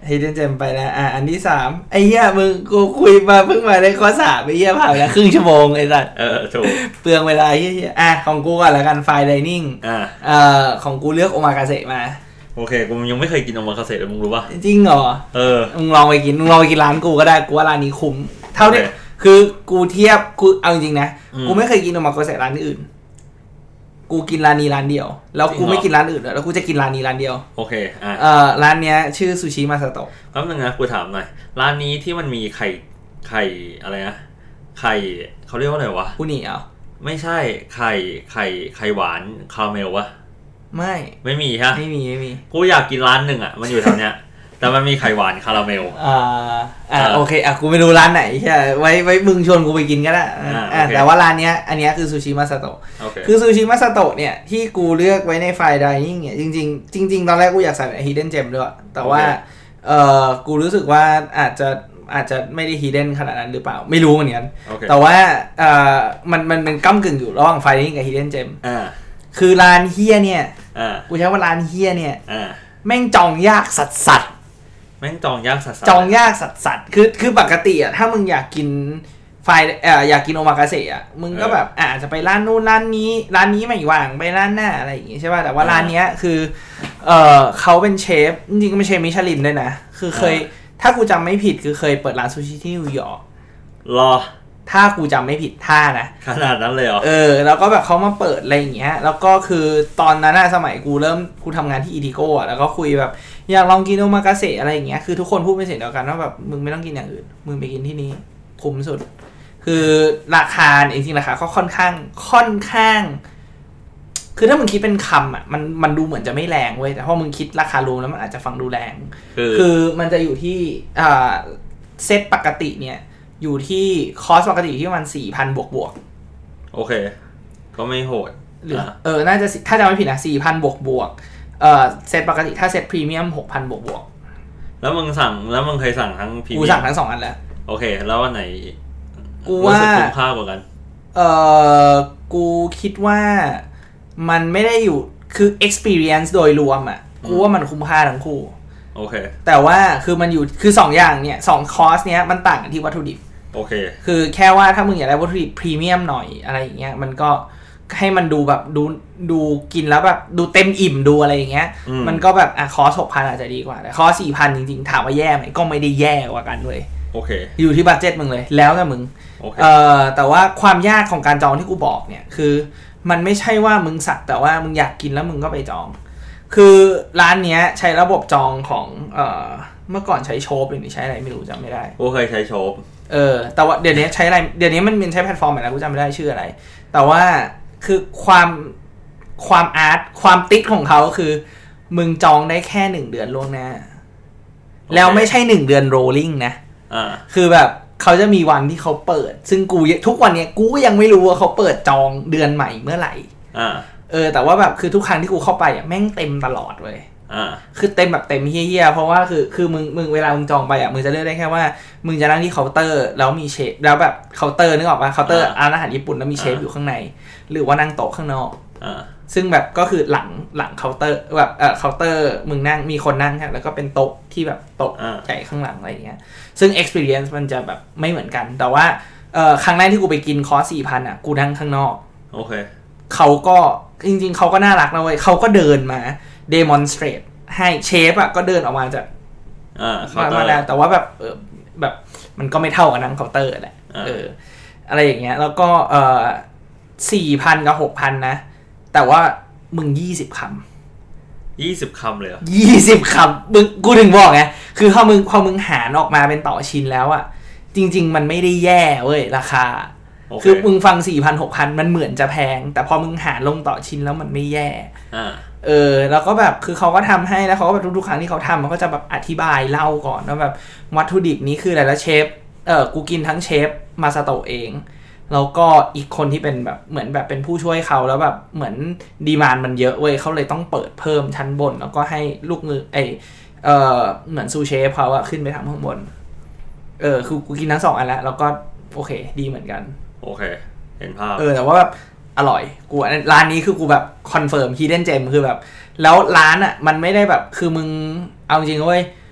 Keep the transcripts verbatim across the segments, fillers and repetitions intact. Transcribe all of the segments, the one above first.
Hidden Gem ไปแล้วอ่ะอันที่สามไอ้เหี้ยมึงกูคุยมาเพิ่งมาได้ข้อสามไอ้เหี้ยผ่านแล้วครึ่งชั่วโมงไอ้สัสเออถูกเปลืองเวลาเหี้ยๆอ่ะของกูก่อนละกัน Fine Dining อ่าเอ่อของกูเลือกโอมากาเสะมาโอเคกูยังไม่เคยกินโอมากาเสะเลยมึงรู้ป่ะจริงเหรอเออมึงลองไปกินมึงลองไปกินร้านกูก็ได้กูว่าร้านนี้คุ้มเท่าที่คือกูเทียบกูเอาจริงๆนะกูไม่เคยกินโอมากาเสะร้านอื่นกูกินร้านนี้ร้านเดียวแล้วกูไม่กินร้านอื่นแล้วกูจะกินร้านนี้ร้านเดียวโอเคอ่ะเอ่อร้านเนี้ยชื่อซูชิมาซาโตะแป๊บนึงนะกูถามหน่อยร้านนี้ที่มันมีไข่ไข่อะไรนะไข่เขาเรียกว่าอะไรวะอุนิเหรอไม่ใช่ไข่ไข่ไข่หวานคาราเมลวะไม่ไม่มีฮะไม่มีไม่มีกูอยากกินร้านหนึ่งอ่ะมันอยู่แถวเนี้ยแต่มันมีไข่หวานคาราเมลอ่าอ่าโอเคอ่ะกูไม่รู้ร้านไหนใช่ไว้ไว้มึงชวนกูไปกินก็ได้อ่าแต่ว่าร้านเนี้ยอันเนี้ยคือซูชิมาซาโตะคือซูชิมาซาโตะเนี่ยที่กูเลือกไว้ในไฟน์ไดนิ่งเนี่ยจริงๆจริงๆตอนแรกกูอยากใส่ใน Hidden Gem ด้วยแต่ว่าเออกูรู้สึกว่าอาจจะอาจจะไม่ได้ Hidden ขนาดนั้นหรือเปล่าไม่รู้เหมือนกันแต่ว่าเออมันมันเป็นก้ำกึ่งอยู่ระหว่างไฟน์ไดนิ่งกับ Hidden Gem อ่าคือร้านเฮียเนี่ยกูใช้ว่าร้านเฮียเนี่ยแม่งจองยากสัสสัสแม่งจองยากสัสจองยากสัสสัสคือคือปกติอ่ะถ้ามึงอยากกินไฟเอ่ออยากกินโอมากาเสะอ่ะมึงก็แบบอาจจะไปร้านนู้นร้านนี้ร้านนี้ไม่ว่างไปร้านหน้าอะไรอย่างงี้ใช่ป่ะแต่ว่าร้านเนี้ยคือเออเขาเป็นเชฟจริงๆก็เป็นเชฟมิชลินด้วยนะคือเคยถ้ากูจำไม่ผิดคือเคยเปิดร้านซูชิที่นิวยอร์กรอถ้ากูจำไม่ผิดท่านะขนาดนั้นเลยเหรอเออแล้วก็แบบเขามาเปิดอะไรอย่างเงี้ยแล้วก็คือตอนนั้นสมัยกูเริ่มกูทำงานที่อีทิโก้อ่ะแล้วก็คุยแบบอยากลองกินโอมากาเสะอะไรอย่างเงี้ยคือทุกคนพูดเป็นเสียงเดียวกันว่าแบบมึงไม่ต้องกินอย่างอื่นมึงไปกินที่นี่คุ้มสุดคือราคาจริงๆราคาก็ค่อนข้างค่อนข้างคือถ้ามึงคิดเป็นคำอ่ะมันมันดูเหมือนจะไม่แรงเว้ยแต่พอมึงคิดราคารวมแล้วมันอาจจะฟังดูแรงคือคือมันจะอยู่ที่อ่าเซตปกติเนี่ยอยู่ที่คอสปกติที่ประมาณ สี่พัน บวกบวกโอเคก็ไม่โหดหรือเออน่าจะถ้าจำไม่ผิดนะ สี่พัน บวกบวกเอ่อเซตปกติถ้าเซตพรีเมียม หกพัน บวกบวกแล้วมึงสั่งแล้วมึงเคยสั่งทั้งพรีเมียมกูสั่งทั้งสองอันแล้วโอเคแล้วอันไหนกูว่าคุ้มค่ากว่ากันเอ่อกูคิดว่ามันไม่ได้อยู่คือ experience โดยรวมอ่ะกูว่ามันคุ้มค่าทั้งคู่โอเคแต่ว่าคือมันอยู่คือสองอย่างเนี่ยสองคอร์สเนี้ยมันต่างกันที่วัตถุดิบโอเคคือแค่ว่าถ้ามึงอยากได้วัตถุดิบพรีเมียมหน่อยอะไรอย่างเงี้ยมันก็ให้มันดูแบบดูดูกินแล้วแบบดูเต็มอิ่มดูอะไรอย่างเงี้ยมันก็แบบอ่ะคอร์ส หกพัน อาจจะดีกว่าแต่คอร์ส สี่พัน จริงๆถามว่าแย่ไหมก็ไม่ได้แย่กว่ากันเลยโอเคอยู่ที่บัดเจ็ตมึงเลยแล้วแต่มึงเอ่อแต่ว่าความยากของการจองที่กูบอกเนี่ยคือมันไม่ใช่ว่ามึงสักแต่ว่ามึงอยากกินแล้วมึงก็ไปจองคือร้านเนี้ยใช้ระบบจองของเอ่อเมื่อก่อนใช้โชปหรือใช้อะไรไม่รู้จำไม่ได้กูเคยใช้โชปเออแต่ว่าเดี๋ยวนี้ใช้อะไรเดี๋ยวนี้มันเป็นใช้แพลตฟอร์มอะไรกูจำไม่ได้ชื่ออะไรแต่ว่าคือความความอาร์ตความติ๊กของเขาคือมึงจองได้แค่หนึ่งเดือนล่วงหน้า okay. แล้วไม่ใช่หนึ่งเดือนโรลลิ่งนะอ่าคือแบบเขาจะมีวันที่เขาเปิดซึ่งกูทุกวันเนี้ยกูก็ยังไม่รู้ว่าเขาเปิดจองเดือนใหม่เมื่อไหร่อ่าเออแต่ว่าแบบคือทุกครั้งที่กูเข้าไปอ่ะแม่งเต็มตลอดเลยอ่าคือเต็มแบบเต็มเฮี้ยๆเพราะว่าคือคือมึงมึงเวลามึงจองไปอ่ะมึงจะเลือกได้แค่ว่ามึงจะนั่งที่เคาน์เตอร์แล้วมีเชฟแล้วแบบเคาน์เตอร์นึกออกป่ะเคาน์เตอร์ร้านอาหารญี่ปุ่นแล้วมีเชฟอยู่ข้างในหรือว่านั่งโต๊ะข้างนอกอ่าซึ่งแบบก็คือหลังหลังเคาน์เตอร์แบบเออเคาน์เตอร์มึงนั่งมีคนนั่งครับแล้วก็เป็นโต๊ะที่แบบโต๊ะใหญ่ข้างหลังอะไรอย่างเงี้ยซึ่ง experience มันจะแบบไม่เหมือนกันแต่ว่าเออครั้งแรกที่กูไปกินคอร์ส สี่พัน อ่ะกูนั่งข้างนอกโอเคเขาก็จริงๆเขาก็น่ารักนะเว้ยเขาก็เดินมา demonstrate ให้เชฟอ่ะก็เดินออกมาจากอ่ามามาแล้วแต่ว่าแบบเออแบบมันก็ไม่เท่ากับนั่งเคาน์เตอร์แหละเอออะไรอย่างเงี้ยแล้วก็เออ สี่พัน กับ หกพัน นะแต่ว่ามึงยี่สิบคำยี่สิบคำเลยเหรอยี่สิบคำมึงกูถึงบอกไงคือพอมึงพอมึงหารออกมาเป็นต่อชิ้นแล้วอ่ะจริงๆมันไม่ได้แย่เว้ยราคา okay. คือมึงฟัง สี่พัน หกพัน มันเหมือนจะแพงแต่พอมึงหารลงต่อชิ้นแล้วมันไม่แย่อ่าเออแล้วก็แบบคือเขาก็ทำให้แล้วเขาก็แบบทุกๆครั้งที่เขาทำมันก็จะแบบอธิบายเล่าก่อนว่าแบบวัตถุดิบนี้คืออะไรแล้วเชฟเออกูกินทั้งเชฟมาซาโตะเองแล้วก็อีกคนที่เป็นแบบเหมือนแบบเป็นผู้ช่วยเขาแล้วแบบเหมือนดีมานด์มันเยอะเว้ยเขาเลยต้องเปิดเพิ่มชั้นบนแล้วก็ให้ลูกมือไอเออเหมือนซูเชฟเขาอะขึ้นไปทำข้างบนเออคือกูกินทั้งสองอันแล้วแล้วก็โอเคดีเหมือนกันโอเคเห็นภาพเออแต่ว่าแบบอร่อยกูร้านนี้คือกูแบบคอนเฟิร์ม Hidden Gem คือแบบแล้วร้านอ่ะมันไม่ได้แบบคือมึงเอาจริงเว้ย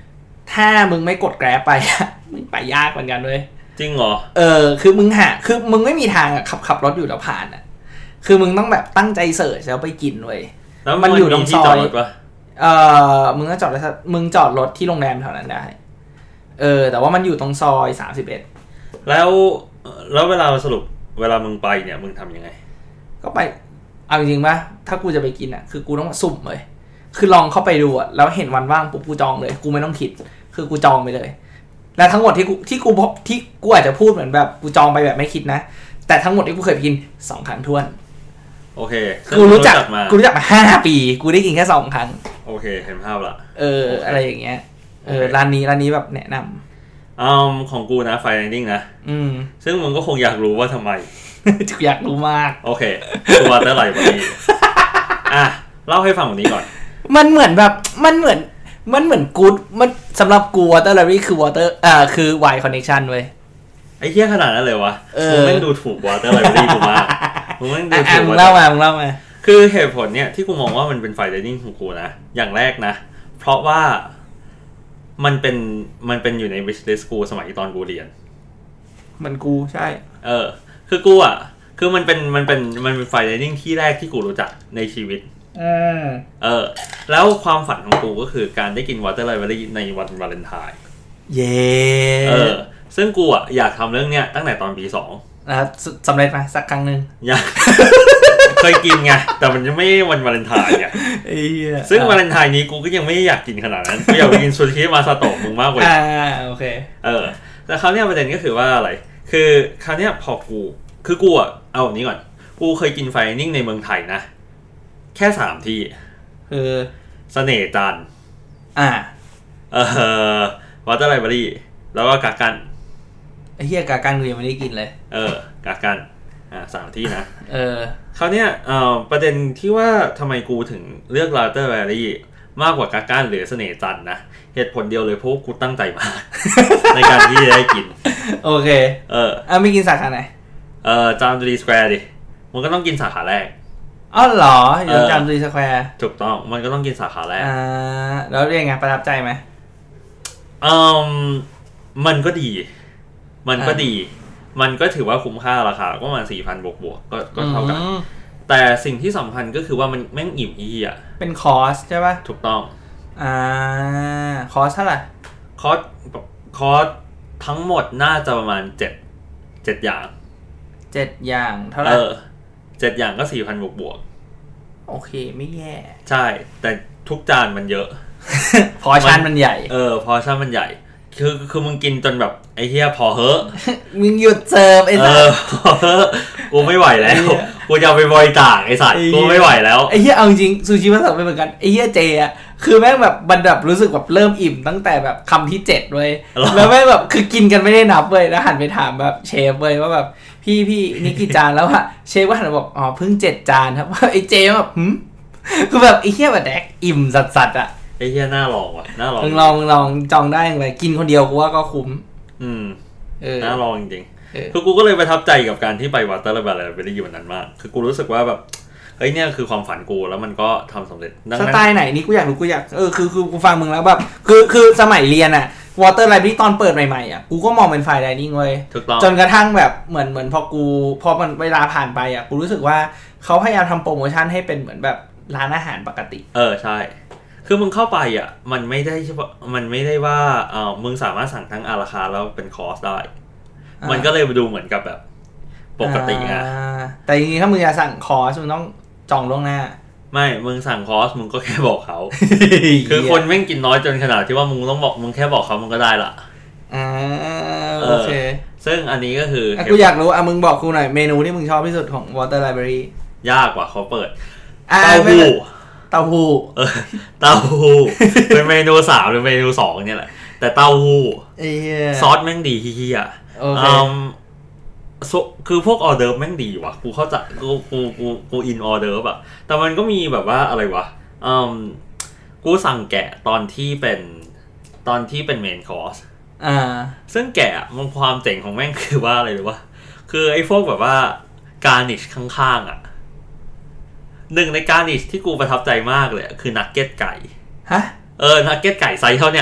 ถ้ามึงไม่กดแกร็บไปมึงไปยากเหมือนกันเว้ยจริงเหรอเออคือมึงหาคือมึงไม่มีทางขับขับรถอยู่แล้วผ่านอ่ะคือมึงต้องแบบตั้งใจเสิร์ชแล้วไปกินเว้ยแล้วมันอยู่ตรงซอยเออมึงก็จอดแล้วมึงจอดรถที่โรงแรมแถวนั้นได้เออแต่ว่ามันอยู่ตรงซอยสามสิบเอ็ดแล้วแล้วเวลาสรุปเวลามึงไปเนี่ยมึงทำยังไงก็ไปเอาจริงๆป่ะถ้ากูจะไปกินอ่ะคือกูต้องสุ่มเลยคือลองเข้าไปดูอ่ะแล้วเห็นวันว่างปุ๊บกูจองเลยกูไม่ต้องคิดคือกูจองไปเลยและทั้งหมดที่กูที่กูที่กูอาจจะพูดเหมือนแบบกูจองไปแบบไม่คิดนะแต่ทั้งหมดที่กูเคยไปกินสองครั้งท้วนโอเคกูรู้จักกูรู้จักมาห้าปีกูได้กินแค่สองครั้งโอเคเห็นภาพละเอออะไรอย่างเงี้ยเออร้านนี้ร้านนี้แบบแนะนำอืมของกูนะไฟไดนิ่งนะอืมซึ่งมึงก็คงอยากรู้ว่าทำไมกูอยากรู้มากโอเคตัวเท่าไหร่วันนี้อ่ะเล่าให้ฟังวันนี้ก่อนมันเหมือนแบบมันเหมือนมันเหมือนกูมันสำหรับกู Water Library คือ Water อ่าคือ Y Connection เว้ยไอ้เหี้ยขนาดนั้นเลยวะมึงไม่ดูถูก Water Library กูมากมึงไม่ดูถูกมึงเล่ามามึงเล่ามาคือเหตุผลเนี่ยที่กูมองว่ามันเป็นไฟไดนิ่งของกูนะอย่างแรกนะเพราะว่ามันเป็นมันเป็นอยู่ใน wish list กูสมัยตอนกูเรียนมันกูใช่เออคือกูอ่ะคือมันเป็นมันเป็นมันเป็นไฟไดนิ่งที่แรกที่กูรู้จักในชีวิตเออแล้วความฝันของกูก็คือการได้กิน Water Library ในวันวาเลนไทน์เย้เออซึ่งกูอ่ะอยากทำเรื่องเนี้ยตั้งแต่ตอนปีสองแล้วสำเร็จไหมสักครั้งนึงอยาก เคยกินไงแต่มันยังไม่วันวาเลนไทน์ไงซึ่งวาเลนไทน์นี้กูก็ยังไม่อยากกินขนาดนั้นกูอยากไปกินซูชิมาซาโตะมึงมากกว่าอ่าโอเคเออแต่คราวนี้ประเด็นก็คือว่าอะไรคือคราวนี้พอกูคือกูอ่ะเอาแบบนี้ก่อนกูเคยกินไฟนิ่งในเมืองไทยนะแค่สามที่คือเสน่ห์จันทร์อ่าเออวอเตอร์ไลบรารีแล้วก็กากันไอ้เหี้ยกากันกูยังไม่ได้กินเลยเออกากันอ่าสามที่นะเออคราวเนี้ยเอ่อประเด็นที่ว่าทำไมกูถึงเลือกวอเตอร์ไลบรารีมากกว่ากากันหรือเสน่ห์จันทร์นะเหตุผลเดียวเลยเพราะกูตั้งใจมาก ในการที่จะได้กินโอเคเอออ่ะไม่กินสาขาไหนเออจามจุรีสแควร์ดิมันก็ต้องกินสาขาแรกอ๋อเหรออยู่จามจุรีสแควร์ถูกต้องมันก็ต้องกินสาขาแรกอ่าแล้วเรียกไงประทับใจไหมอืมมันก็ดีมันก็ดีมันก็ถือว่าคุ้มค่าราคาก็ประมาณ สี่พัน บวกบวกก็ก็เท่ากันแต่สิ่งที่สำคัญก็คือว่ามันแม่งอิ่มอีอ่ะเป็นคอร์สใช่ป่ะถูกต้องอ่าคอร์สเท่าไหร่คอร์สคอร์สทั้งหมดน่าจะประมาณเจ็ด เจ็ดอย่างเจ็ดอย่างเท่าไหร่เออเจ็ดอย่างก็ สี่พัน บวกบวกโอเคไม่แย่ใช่แต่ทุกจานมันเยอะพอชั่นมันใหญ่เออพอชั่นมันใหญ่คือคือมึงกินจนแบบไอ้เหี้ยพอเฮ้อมึงหยุดเสิร์ฟไอ้สัสพอเฮ้อกูไม่ไหวแล้วกูจะเอาไปบริจาคไอ้สัสกูไม่ไหวแล้วไอ้เหี้ยเอาจริงซูชิมาสั่งไปเหมือนกันไอ้เหี้ยเจอ่ะคือแม่งแบบบันดับรู้สึกแบบเริ่มอิ่มตั้งแต่แบบคำที่เจ็ดเว้ยแล้วแม่งแบบคือกินกันไม่ได้นับเว้ยแล้วหันไปถามแบบเชฟเว้ยว่าแบบพี่พี่นี่กี่จานแล้วอะเชฟก็หันมาบอกอ๋อเพิ่งเจ็ดจานครับไอ้เจแบบหืมคือแบบไอ้เหี้ยแบบแดกอิ่มสัสๆอ่ะไอ้เหี้ยน่าลองว่ะน่าลองมึงลองมึงลองจองได้ยังไงกินคนเดียวกูว่าก็คุ้มอืมเออน่าลองจริงๆคือกูก็เลยประทับใจกับการที่ไปวัดตะละบาอะไรไปได้อยู่วันนั้นมากคือกูรู้สึกว่าแบบเฮ้ยเนี่ยคือความฝันกูแล้วมันก็ทำสำเร็จสไตล์ไหนนี่กูอยากรู้กูอยากเออคือคือกูฟังมึงแล้วแบบคือคือสมัยเรียนอะ Water Library ตอนเปิดใหม่ๆอะกูก็มองเป็นไฟน์ไดนิ่งเว้ยจนกระทั่งแบบเหมือนเหมือนพอกูพอมันเวลาผ่านไปอะกูรู้สึกว่าเขาพยายามทำโปรโมชั่นให้เป็นเหมือนแบบร้านอาหารปกติเออใช่คือมึงเข้าไปอ่ะมันไม่ได้มันไม่ได้ว่าเออมึงสามารถสั่งทั้งอาราคาแล้วเป็นคอร์สได้มันก็เลยดูเหมือนกับแบบปกติไงแต่จริงๆถ้ามึงอยากสั่งคอร์สมึงต้องจองล่วงหน้าไม่มึงสั่งคอร์สมึงก็แค่บอกเขา คือคนแม่งกินน้อยจนขนาดที่ว่ามึงต้องบอกมึงแค่บอกเขามึงก็ได้ละอ่าโอเคซึ่งอันนี้ก็คือกูอยากรู้อ่ะมึงบอกกูหน่อยเมนูที่มึงชอบที่สุดของ Water Library ยากกว่าเขาเปิดเต้าหู้เต้าหู้เออเต้าหู้เป็นเมนูสามหรือเมนูสองเนี่ยแหละแต่เต้าหู้ซอสแม่งดีเฮียโอเคคือพวกออเดิร์ฟแม่งดีว่ะกูเข้าใจกูกูกูกูอินออเดิร์ฟอะแต่มันก็มีแบบว่าอะไรวะอืมกูสั่งแกะตอนที่เป็นตอนที่เป็นเมนคอร์สอ่าซึ่งแกะมันความเจ๋งของแม่งคือว่าอะไรหรือวะคือไอ้พวกแบบว่าการนิชข้างๆอะหนึ่งในการนิชที่กูประทับใจมากเลยคือนักเก็ตไก่ฮะเออนักเก็ตไก่ไซส์เท่าเนี้ย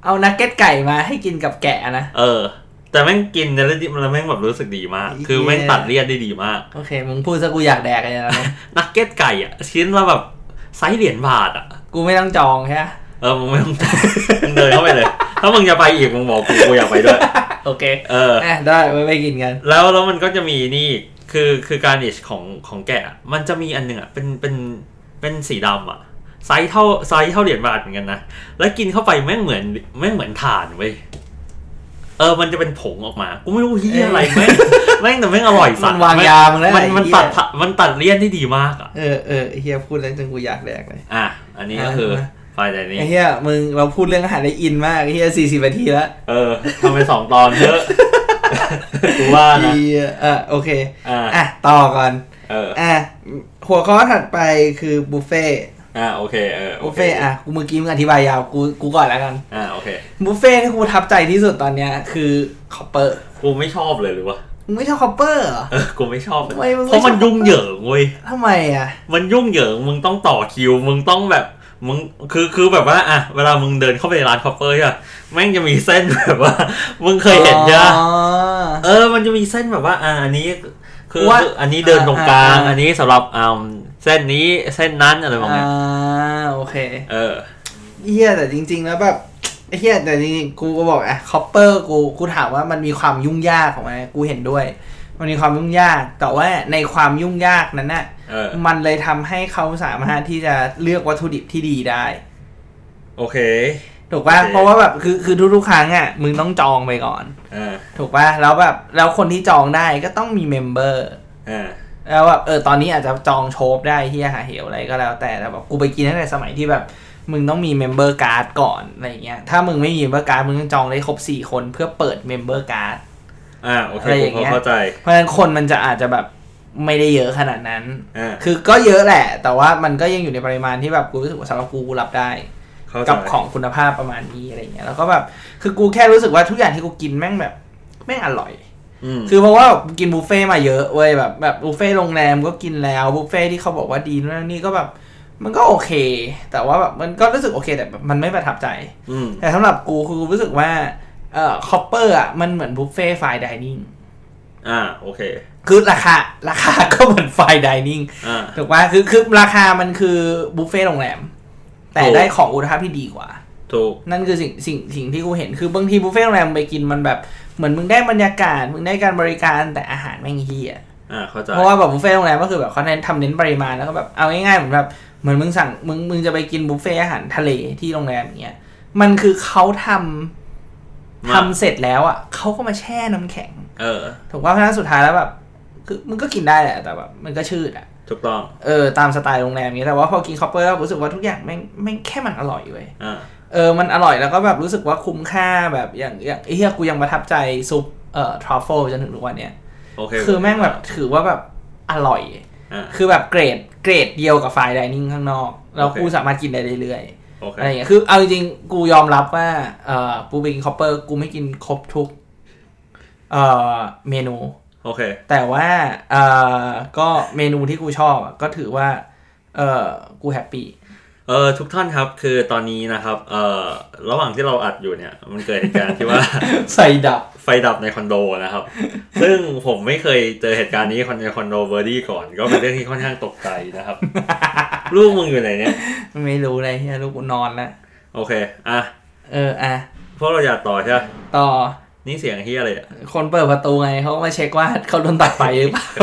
เอานักเก็ตไก่มาให้กินกับแกะนะเออแต่แม่งกินแล้วมันแม่งแบบรู้สึกดีมากคือแม่งตัดเลี่ยนได้ดีมากโอเคมึงพูดซะกูอยากแดกเลยนะนักเก็ตไก่อ่ะชิ้นละแบบไซส์เหรียญบาทอ่ะกูไม่ต้องจองใช่ไหมเออมึงไม่ต้องมึงเดินเข้าไปเลยถ้ามึงจะไปอีกมึงบอกกูกูอยากไปด้วยโอเคเออได้ไม่ไปกินกันแล้วแล้วมันก็จะมีนี่คือคือการนิชของของแกะมันจะมีอันหนึ่งอ่ะเป็นเป็นเป็นสีดำอ่ะไซส์เท่าไซส์เท่าเหรียญบาทเหมือนกันนะแล้วกินเข้าไปแม่งเหมือนแม่งเหมือนถ่านเว้ยเออมันจะเป็นผงออกมากูไม่รู้เฮียอะไรแม่งแม่งแต่แม่งอร่อยสัตว์มันวางยามึงแล้วมันมันตัดมันตัดเลี่ยนได้ดีมากอ่ะเออเออเฮียพูดแล้วจนกูอยากแดกเลยอ่ะอันนี้ก็คือไฟล์แต่นี้เฮียมึงเราพูดเรื่องอาหารได้อินมากเฮียสี่สิบนาทีแล้วเออทำไปสองตอนเยอะกูว่านะอ่ะโอเคอ่ะต่อก่อนเอออ่ะหัวข้อถัดไปคือบุฟเฟ่อ่าโอเคเออบุฟเฟ่อ่ะกูเมื่อกี้มึงอธิบายยาวกูกูก่อนแล้วกันอ่าโอเคบุฟเฟ่ที่กูประทับใจที่สุดตอนเนี้ยคือคอปเปอร์กูไม่ชอบเลยหรือวะมึงไม่ชอบคอปเปอร์เหรอเออกูไม่ชอบเพราะมันยุ่งเหยิงเว้ยทำไมอ่ะมันยุ่งเหยิงมึงต้องต่อคิวมึงต้องแบบมึงคือคือแบบว่าอ่ะเวลามึงเดินเข้าไปในร้านคอปเปอร์อ่ะแม่งจะมีเส้นแบบว่ามึงเคยเห็นใช่ไหมเออมันจะมีเส้นแบบว่าอ่ะอันนี้คืออันนี้เดินตรงกลางอันนี้สำหรับอ่าเส้นนี้เส้นนั้นอะไรแบบนี้อ่าโอเคเออเฮียแต่จริงๆแล้วแบบเฮียแต่จริงๆกูก็บอกอ่ะคอปเปอร์กูกูถามว่ามันมีความยุ่งยากของมันกูเห็นด้วยมันมีความยุ่งยากแต่ว่าในความยุ่งยากนั้นน่ะมันเลยทำให้เขาสามารถที่จะเลือกวัตถุดิบที่ดีได้โอเคถูกป่ะเพราะว่าแบบคือคือทุกๆครั้งอ่ะมึงต้องจองไปก่อนถูกป่ะแล้วแบบแล้วคนที่จองได้ก็ต้องมีเมมเบอร์แล้วแบบเออตอนนี้อาจจะจองโชฟได้ที่หาเหวอะไรก็แล้วแต่แต่แบบกูไปกินตั้งแต่สมัยที่แบบมึงต้องมีเมมเบอร์การ์ดก่อนอะไรเงี้ยถ้ามึงไม่มีเมมเบอร์การ์ดมึงต้องจองได้ครบสี่คนเพื่อเปิดเมมเบอร์การ์ดอ่าโอเคผมเข้าใจเพราะฉะนั้นคนมันจะอาจจะแบบไม่ได้เยอะขนาดนั้นคือก็เยอะแหละแต่ว่ามันก็ยังอยู่ในปริมาณที่แบบกูรู้สึกว่าสำหรับกูกูรับได้กับของคุณภาพประมาณนี้อะไรเงี้ยแล้วก็แบบคือกูแค่รู้สึกว่าทุกอย่างที่กูกินแม่งแบบแม่งอร่อยคือเพราะว่ากินบุฟเฟ่มาเยอะเว้ยแบบแบบบุฟเฟ่โรงแรมก็กินแล้วบุฟเฟ่ที่เขาบอกว่าดีนั่นนี่ก็แบบมันก็โอเคแต่ว่าแบบมันก็รู้สึกโอเคแต่มันไม่ประทับใจแต่สำหรับกูคือกูรู้สึกว่าเอ่อคอปเปอร์อ่ะมันเหมือนบุฟเฟ่ไฟน์ไดนิ่งอ่าโอเคคือราคาราคาก็เหมือนไฟน์ไดนิ่งถูกป่ะคือคือราคามันคือบุฟเฟ่โรงแรมแต่ได้ของคุณภาพที่ดีกว่าถูกนั่นคือสิ่งสิ่งสิ่งที่กูเห็นคือบางทีบุฟเฟ่โรงแรมไปกินมันแบบเหมือนมึงได้บรรยากาศมึงได้การบริการแต่อาหารแม่งเหี้ยอ่าเข้าใจเพราะว่าแบบบุฟเฟ่โรงแรมก็คือแบบเขาเน้นทำเน้นปริมาณแล้วก็แบบเอาง่ายๆเหมือนแบบเหมือนมึงสั่งมึงมึงจะไปกินบุฟเฟ่อาหารทะเลที่โรงแรมอย่างเงี้ยมันคือเขาทำทำเสร็จแล้วอ่ะเขาก็มาแช่น้ำแข็งเออถูกว่าเพราะฉะนั้นสุดท้ายแล้วแบบคือมึงก็กินได้แหละแต่แบบมันก็ชืดอ่ะถูกต้องเออตามสไตล์โรงแรมนี้แต่ว่าพอกินคอปเปอร์แล้วรู้สึกว่าทุกอย่างแม่งแม่งแค่มันอร่อยเว้ยเออมันอร่อยแล้วก็แบบรู้สึกว่าคุ้มค่าแบบอย่างอย่างไอ้เหี้ยกูยังประทับใจซุปเอ่อทรัฟเฟิลจนถึงทุกวันเนี้ย okay, คือแม่งแบบถือว่าแบบอร่อยคือแบบเกรดเกรดเดียวกับไฟน์ไดนิ่งข้างนอกแล้วกูสามารถกินได้เรื่อยๆอะไรอย่างเงี้ยคือเอาจริงๆกูยอมรับว่าเอ่อกูไปกินคอปเปอร์กูไม่กินครบทุกเอ่อเมนูโอเคแต่ว่าเอ่อก็เมนูที่กูชอบก็ถือว่าเอ่อกูแฮปปี้เออทุกท่านครับคือตอนนี้นะครับเอ่อระหว่างที่เราอัดอยู่เนี่ยมันเกิดเหตุการณ์ที่ว่าไฟดับไฟดับในคอนโดนะครับ ซึ่งผมไม่เคยเจอเหตุการณ์นี้ในคอนโดเวอร์ดี้ก่อนก็เป็นเรื่องที่ค่อนข้างตกใจนะครับ ลูกมึงอยู่ไหนเนี่ยไม่รู้เลยเฮียลูกกูนอนแล้วโอเคอ่ะเอออ่ะพวกเราอยากต่อใช่ไหมต่อนี่เสียงเฮียอะไรอ่ะคนเปิดประตูไงเขามาเช็คว่าเขาโดนตัดไฟหรือเปล่า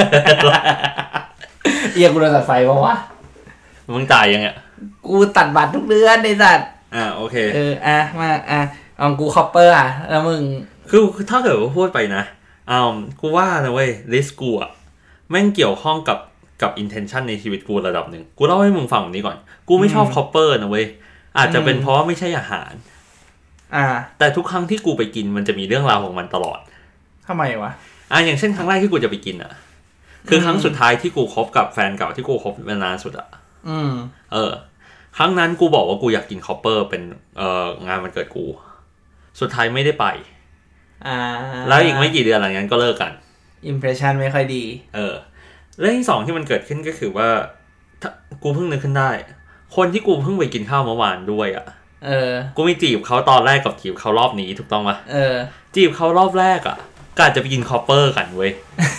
เฮียกูโดนตัดไฟเพราะว่ามึงตายยังไงกูตัดบัตรทุกเดือนในสัตว์อ่าโอเคเอออ่ะมาอ่ะเอากูคอปเปอร์อ่ะแล้วมึงคือถ้าเกิดว่าพูดไปนะอ้าวกูว่านะเว้ยลิสต์กูอ่ะแม่งเกี่ยวข้องกับกับ intention ในชีวิตกูระดับหนึ่งกูเล่าให้มึงฟังนี้ก่อนกูไม่ชอบคอปเปอร์นะเว้ยอาจจะเป็นเพราะว่าไม่ใช่อาหารอ่าแต่ทุกครั้งที่กูไปกินมันจะมีเรื่องราวของมันตลอดทำไมวะอ่ะอย่างเช่นครั้งแรกที่กูจะไปกินอ่ะคือครั้งสุดท้ายที่กูคบกับแฟนเก่าที่กูคบมานานสุดอ่ะอืมเออครั้งนั้นกูบอกว่ากูอยากกินคอปเปอร์เป็นเอ่องานวันเกิดกูสุดท้ายไม่ได้ไปอ่าแล้วอีกไม่กี่เดือนหลังนั้นก็เลิกกันอิมเพรสชันไม่ค่อยดีเออเรื่องที่สองที่มันเกิดขึ้นก็คือว่ากูเพิ่งนึกขึ้นได้คนที่กูเพิ่งไปกินข้าวเมื่อวานด้วยอ่ะเออกูมีจีบเขาตอนแรกกับจีบเขารอบนี้ถูกต้องปะเออจีบเขารอบแรกอ่ะก็อาจจะไปกินคอปเปอร์กันเว้ย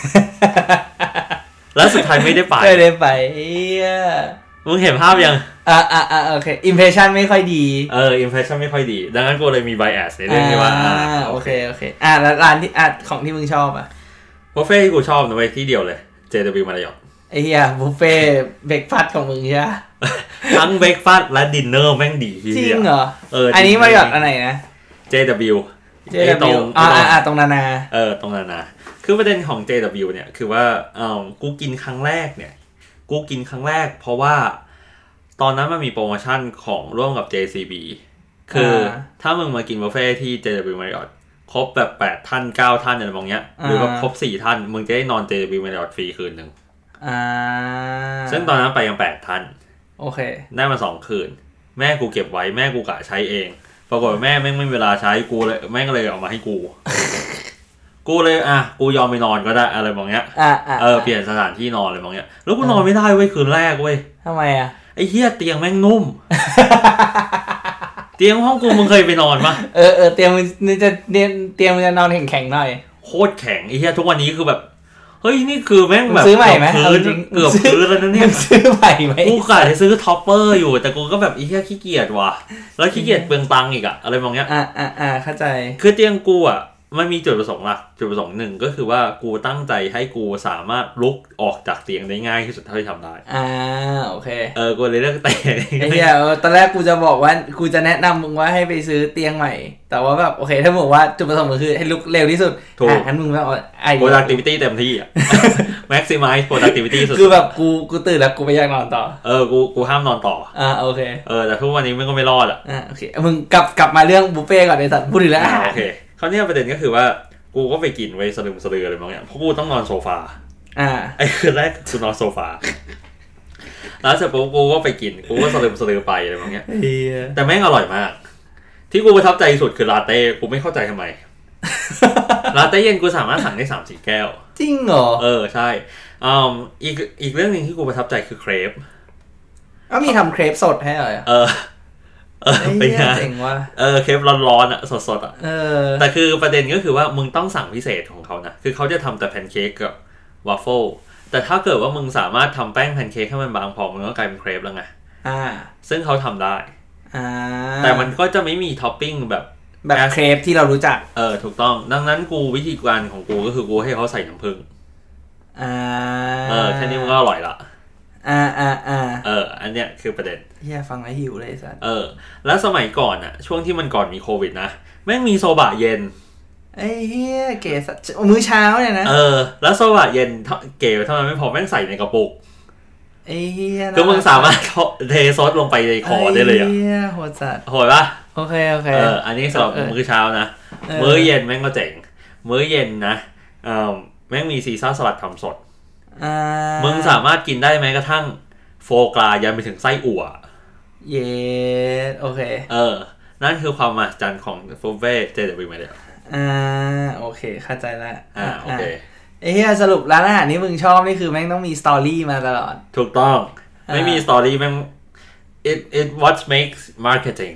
แล้วสุดท้ายไม่ได้ไปไม่ได้ไปเอี้ยมึงเห็นภาพยังอ่าอ่าอ่าโอเคอิมเพรสชั่นไม่ค่อยดีเอออิมเพรสชั่นไม่ค่อยดีดังนั้นกูเลยมีไบแอสในเรื่องนี้ว่าอ่าโอเคโอเคอ่าแล้วร้านที่อ่ะของที่มึงชอบอ่ะบุฟเฟ่ที่กูชอบนะเว้ยที่เดียวเลย เจ ดับเบิลยู มาริออทไอ้เหี้ยบุฟเฟ่เบรกฟาสต์ของมึงใช่ป่ะทั้งเบรกฟาสต์และดินเนอร์แม่งดีจริงเหรอเอออันนี้มาริออทอันไหนนะเจ ดับเบิลยูเจ ดับเบิลยู อ่าอ่าตรงนานาเออตรงนานาคือประเด็นของ เจ ดับเบิลยู เนี่ยคือว่าเออกูกินครั้งแรกเนี่ยกูกินครั้งแรกเพราะว่าตอนนั้นมันมีโปรโมชั่นของร่วมกับ เจ ซี บี คือถ้ามึงมากินบุฟเฟ่ที่ เจ ดับเบิลยู Marriott ครบแบบแปดท่านเก้าท่านอะไรบางอย่างหรือว่าครบสี่ท่านมึงจะได้นอน เจ ดับเบิลยู Marriott ฟรีคืนนึงอ่าซึ่งตอนนั้นไปกันแปดท่านโอเคได้มาสองคืนแม่กูเก็บไว้แม่กูกะใช้เองปรากฏว่าแม่แม่งไม่มีเวลาใช้กูเลยแม่งก็เลยเอามาให้กู กูเลยอ่ะกูยอมไปนอนก็ได้อะไรบางอย่างเออเปลี่ยนสถานที่นอนอะไรบางอย่างแล้วกูนอนไม่ได้เว้ยคืนแรกเว้ยทำไมอ่ะไอ้เหี้ยเตียงแม่งนุ่ม เตียงห้องกูมึงเคยไปนอนปะเออเออเตียงมันจะเตียงเตียงมันจะนอนแข็งๆหน่อยโคตรแข็งไอ้เหี้ยทุกวันนี้คือแบบเฮ้ยนี่คือแม่งแบบซื้อใหม่ไหมเกือบซื้อแล้วนะเนี่ยซื้อใหม่ไหมกูกะจะซื้อท็อปเปอร์อยู่แต่กูก็แบบไอ้เหี้ยขี้เกียจว่ะแล้วขี้เกียจเปลืองตังค์อีกอะอะไรบางอย่างอ่าอ่าอ่าเข้าใจคือเตียงกูอะมันมีจุดประสงค์หลักจุดประสงค์หนึ่งก็คือว่ากูตั้งใจให้กูสามารถลุกออกจากเตียงได้ง่ายที่สุดเท่าที่ทำได้อ่าโอเคเออกูเลยเลือกเตียงไอ้เหี้ยตอนแรกกูจะบอกว่ากูจะแนะนำมึงว่าให้ไปซื้อเตียงใหม่แต่ว่าแบบโอเคถ้าบอกว่าจุดประสงค์มันคือให้ลุกเร็วที่สุดอ่ะงั้นมึงต้องไอ้ productivity เต็มที่อ่ะ maximize productivity สุดคือแบบกูกูตื่นแล้วกูไปอยากนอนต่อเออกูกูห้ามนอนต่ออ่าโอเคเออแต่ทุกวันนี้มันก็ไม่รอดอ่ะอ่าโอเคมึงกลับกลับมาเรื่องบุฟเฟ่ก่อนไอ้สัตว์พูดถึงแล้วโอเคคราวนี้ประเด็นก็คือว่ากูก็ไปกินไว้สลืมสลืออะไรบางอย่างเพราะกูต้องนอนโซฟาอ่าไอ้คืนแรกกูนอนโซฟาแล้วเสร็จปุ๊บกูก็ไปกินกูก็สลืมสลือไปอะไรบางอย่างแต่แม่งอร่อยมากที่กูประทับใจสุดคือลาเต้กูไม่เข้าใจทำไมลาเต้เย็นกูสามารถสั่งได้สามสี่แก้วจริงเหรอเออใช่อ่าอีกอีกเรื่องนึงที่กูประทับใจคือเครปอ้าวมีทำเครปสดให้เหรอเออเออเป็นไงเจ๋งว่ะเออเคปร้อนๆอ่ะสดๆอ่ะเออแต่คือประเด็นก็คือว่ามึงต้องสั่งพิเศษของเขานะคือเขาจะทำแต่แพนเค้กกับวาฟเฟิลแต่ถ้าเกิดว่ามึงสามารถทำแป้งแพนเค้กให้มันบางพอมันก็กลายเป็นเครปแล้วไงอ่าซึ่งเขาทำได้อ่าแต่มันก็จะไม่มีท็อปปิ้งแบบแบบเครปที่เรารู้จักเออถูกต้องดังนั้นกูวิธีการของกูก็คือกูให้เขาใส่น้ำผึ้งอ่าเออแค่นี้มันก็อร่อยละอ่าอ่าอ่าเอออันเนี้ยคือประเด็นเฮียฟังแล้วหิวเลยสัสเออแล้วสมัยก่อนอะช่วงที่มันก่อนมีโควิดนะแม่งมีโซบะเย็นไอ้เฮียเก๋สัสมื้อเช้าเนี่ยนะเออแล้วโซบะเย็นเก๋เท่านั้นไม่พอแม่งใส่ในกระปุกไอ้เฮียคือมึงสามารถเทซอสลงไปในคอได้เลยอะไอ้เฮียโหดสัสโหดปะโอเคโอเคเอออันนี้สำหรับมื้อเช้านะมื้อเย็นแม่งก็เจ๋งมื้อเย็นนะเออแม่งมีซีซ่าสลัดทำสดมึงสามารถกินได้แม้กระทั่งโฟกรายันไปถึงไส้อั่วเย้โอเคเออนั่นคือความมหัศจรรย์ของบุฟเฟ่เจ ดับเบิลยู มาเดียวอ่าโอเคเข้าใจแล้วอ่าโอเคไอ้เหี้ยสรุปร้านอาหารที่มึงชอบนี่คือแม่งต้องมีสตอรี่มาตลอดถูกต้องไม่มีสตอรี่แม่ง it it what makes marketing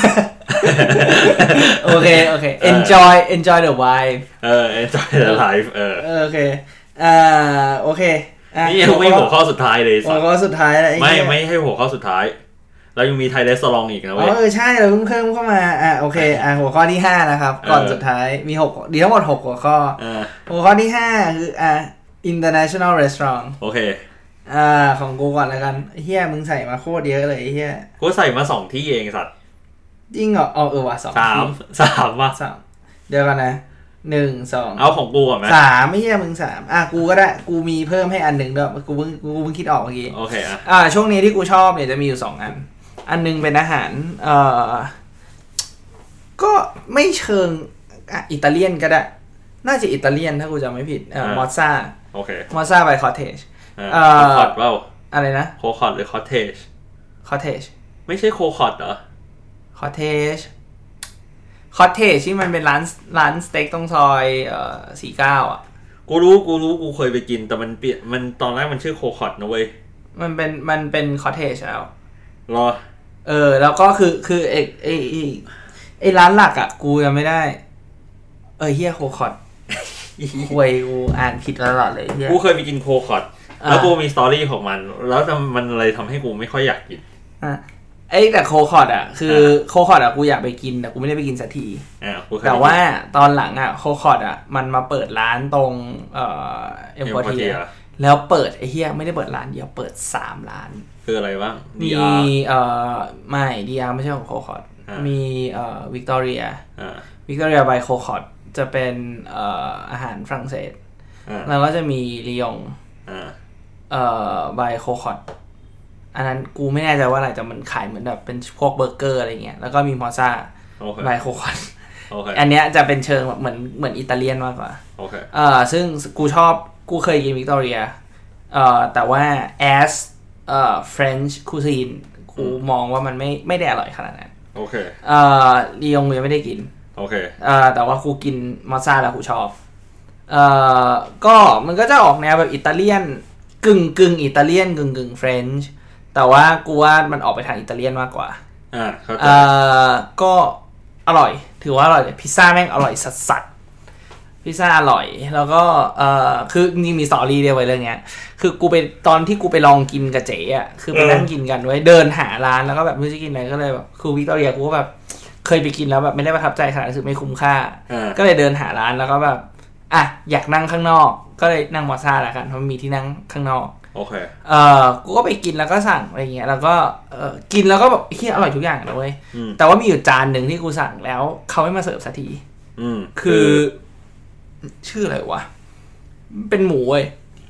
โอเคโอเค enjoy enjoy the vibe เออ enjoy the life เออโอเคอ่าโอเคนี่ยังไม่หัวข้อสุดท้ายเลยหัวข้อสุดท้ายอะไรไม่ไม่ให้หัวข้อสุดท้ายเรายังมีไทยเรสซอลองอีกนะเว้ยเออใช่เราเพิ่งเพิ่มเข้ามาอ่ะโอเคอ่ะหัวข้อที่ห้านะครับก่อนสุดท้ายมีหกดีทั้งหมดหกหัวข้อหัวข้อที่ห้าคืออ่ะ international restaurant โอเคอ่าของกูก่อนแล้วกันเฮียมึงใส่มาโคตรเยอะเลยเฮียกูใส่มาสองที่เองสัตว์จริงเหรออ๋อเออว่ะสองสามสามว่ะสามเดี๋ยวกันนะหนึ่งสองเอาของกูก่อนไหมสามไม่ใช่มึงสามอ่ะกูก็ได้กูมีเพิ่มให้อันหนึ่งด้วยกูเพิ่งกูเพิ่งคิดออกเมื่อกี้โอเคอ่ะอ่าช่วงนี้ที่กูชอบเนี่ยจะมีอยู่สองอันอันนึงเป็นอาหารเอ่อก็ไม่เชิงอ่ะอิตาเลียนก็ได้น่าจะอิตาเลียนถ้ากูจำไม่ผิดเอ่อมอสซาโอเคมอสซาบายคอเทจเอ่อโคคอตเปล่าอะไรนะโคคอตหรือคอเทจคอเทจไม่ใช่โคคอตเหรอคอเทจคอเทจที่มันเป็นร้านร้านสเต็กตรงซอยเอ่อสี่เก้าอ่ะกูรู้กูรู้กูเคยไปกินแต่มันเปลี่ยนมันตอนแรกมันชื่อโคคอตนะเว้ยมันเป็นมันเป็นคอเทจแล้วรอเออแล้วก็คือคือไอ้ไอ้ไอ้ร้านหลักอ่ะกูยังไม่ได้เออเฮียโคคอร์ดควยกูอ่านผิดตลอดเลยเฮียกูเคยไปกินโคคอร์ดแล้วกูมีสตอรี่ของมันแล้วมันเลยทำให้กูไม่ค่อยอยากกินอ่ะไอ้แต่โคคอร์ดอ่ะคือโคคอร์ดอ่ะกูอยากไปกินแต่กูไม่ได้ไปกินสักทีแต่ว่าตอนหลังอ่ะโคคอร์ดอ่ะมันมาเปิดร้านตรงเอ่อเอ็มพอร์เทียแล้วเปิดไอ้เหี้ยไม่ได้เปิดร้านเดียวเปิดสามร้านคืออะไรบ้างมีเอ่อไม่ดีอาร์ไม่ใช่ของโคคอร์ดมีเอ่อวิกตอเรียวิกตอเรียบายโคคอร์ดจะเป็นเอ่ออาหารฝรั่งเศสแล้วก็จะมีลียงเอ่อบายโคคอร์ดอันนั้นกูไม่แน่ใจว่าอะไรแต่มันขายเหมือนแบบเป็นพวกเบอร์เกอร์อะไรเงี้ยแล้วก็มีมอซ่าบายโคคอร์ดอันเนี้ยจะเป็นเชิงแบบเหมือนเหมือนอิตาเลียนมากกว่าเอ่อซึ่งกูชอบกูเคยกินวิกตอเรียเอ่อแต่ว่า as เอ่อ French cuisine กูมองว่ามันไม่ไม่ได้อร่อยขนาดนั้นโอเคเอ่อลียงกูยังไม่ได้กินโอเคเอ่อแต่ว่ากูกินมอซ่าแล้วกูชอบเอ่อก็มันก็จะออกแนวแบบอิตาเลียนกึ่งกึ่งอิตาเลียนกึ่งกึ่งเฟรนช์แต่ว่ากูว่ามันออกไปทางอิตาเลียนมากกว่าอ่าเข้าใจเอ่อก็อร่อยถือว่าอร่อยพิซซ่าแม่งอร่อยสัสๆพิซซ่าอร่อยแล้วก็เอ่อคือจริงมีสตอรี่เดียวไว้เรื่องเนี้ยคือกูไปตอนที่กูไปลองกินกับเจ๊อ่ะคือไปนั่งกินกันไว้เดินหาร้านแล้วก็แบบไม่รู้จะกินอะไรก็เลยแบบคือวิกตอเรียกูก็แบบเคยไปกินแล้วแบบไม่ได้ประทับใจขนาดรู้สึกไม่คุ้มค่าก็เลยเดินหาร้านแล้วก็แบบอ่ะอยากนั่งข้างนอกก็เลยนั่งมอซ่าแล้วกันเพราะมีที่นั่งข้างนอกโอเคเอ่อกูก็ไปกินแล้วก็สั่งอะไรเงี้ยแล้วก็เอ่อกินแล้วก็แบบเฮียอร่อยทุกอย่างเลยเว้ยแต่ว่ามีอยู่จานหนึ่งที่กูสั่งแล้วเขาไม่มาเสิร์ฟสักทีคือชื่ออะไรวะเป็นหมูเว้ย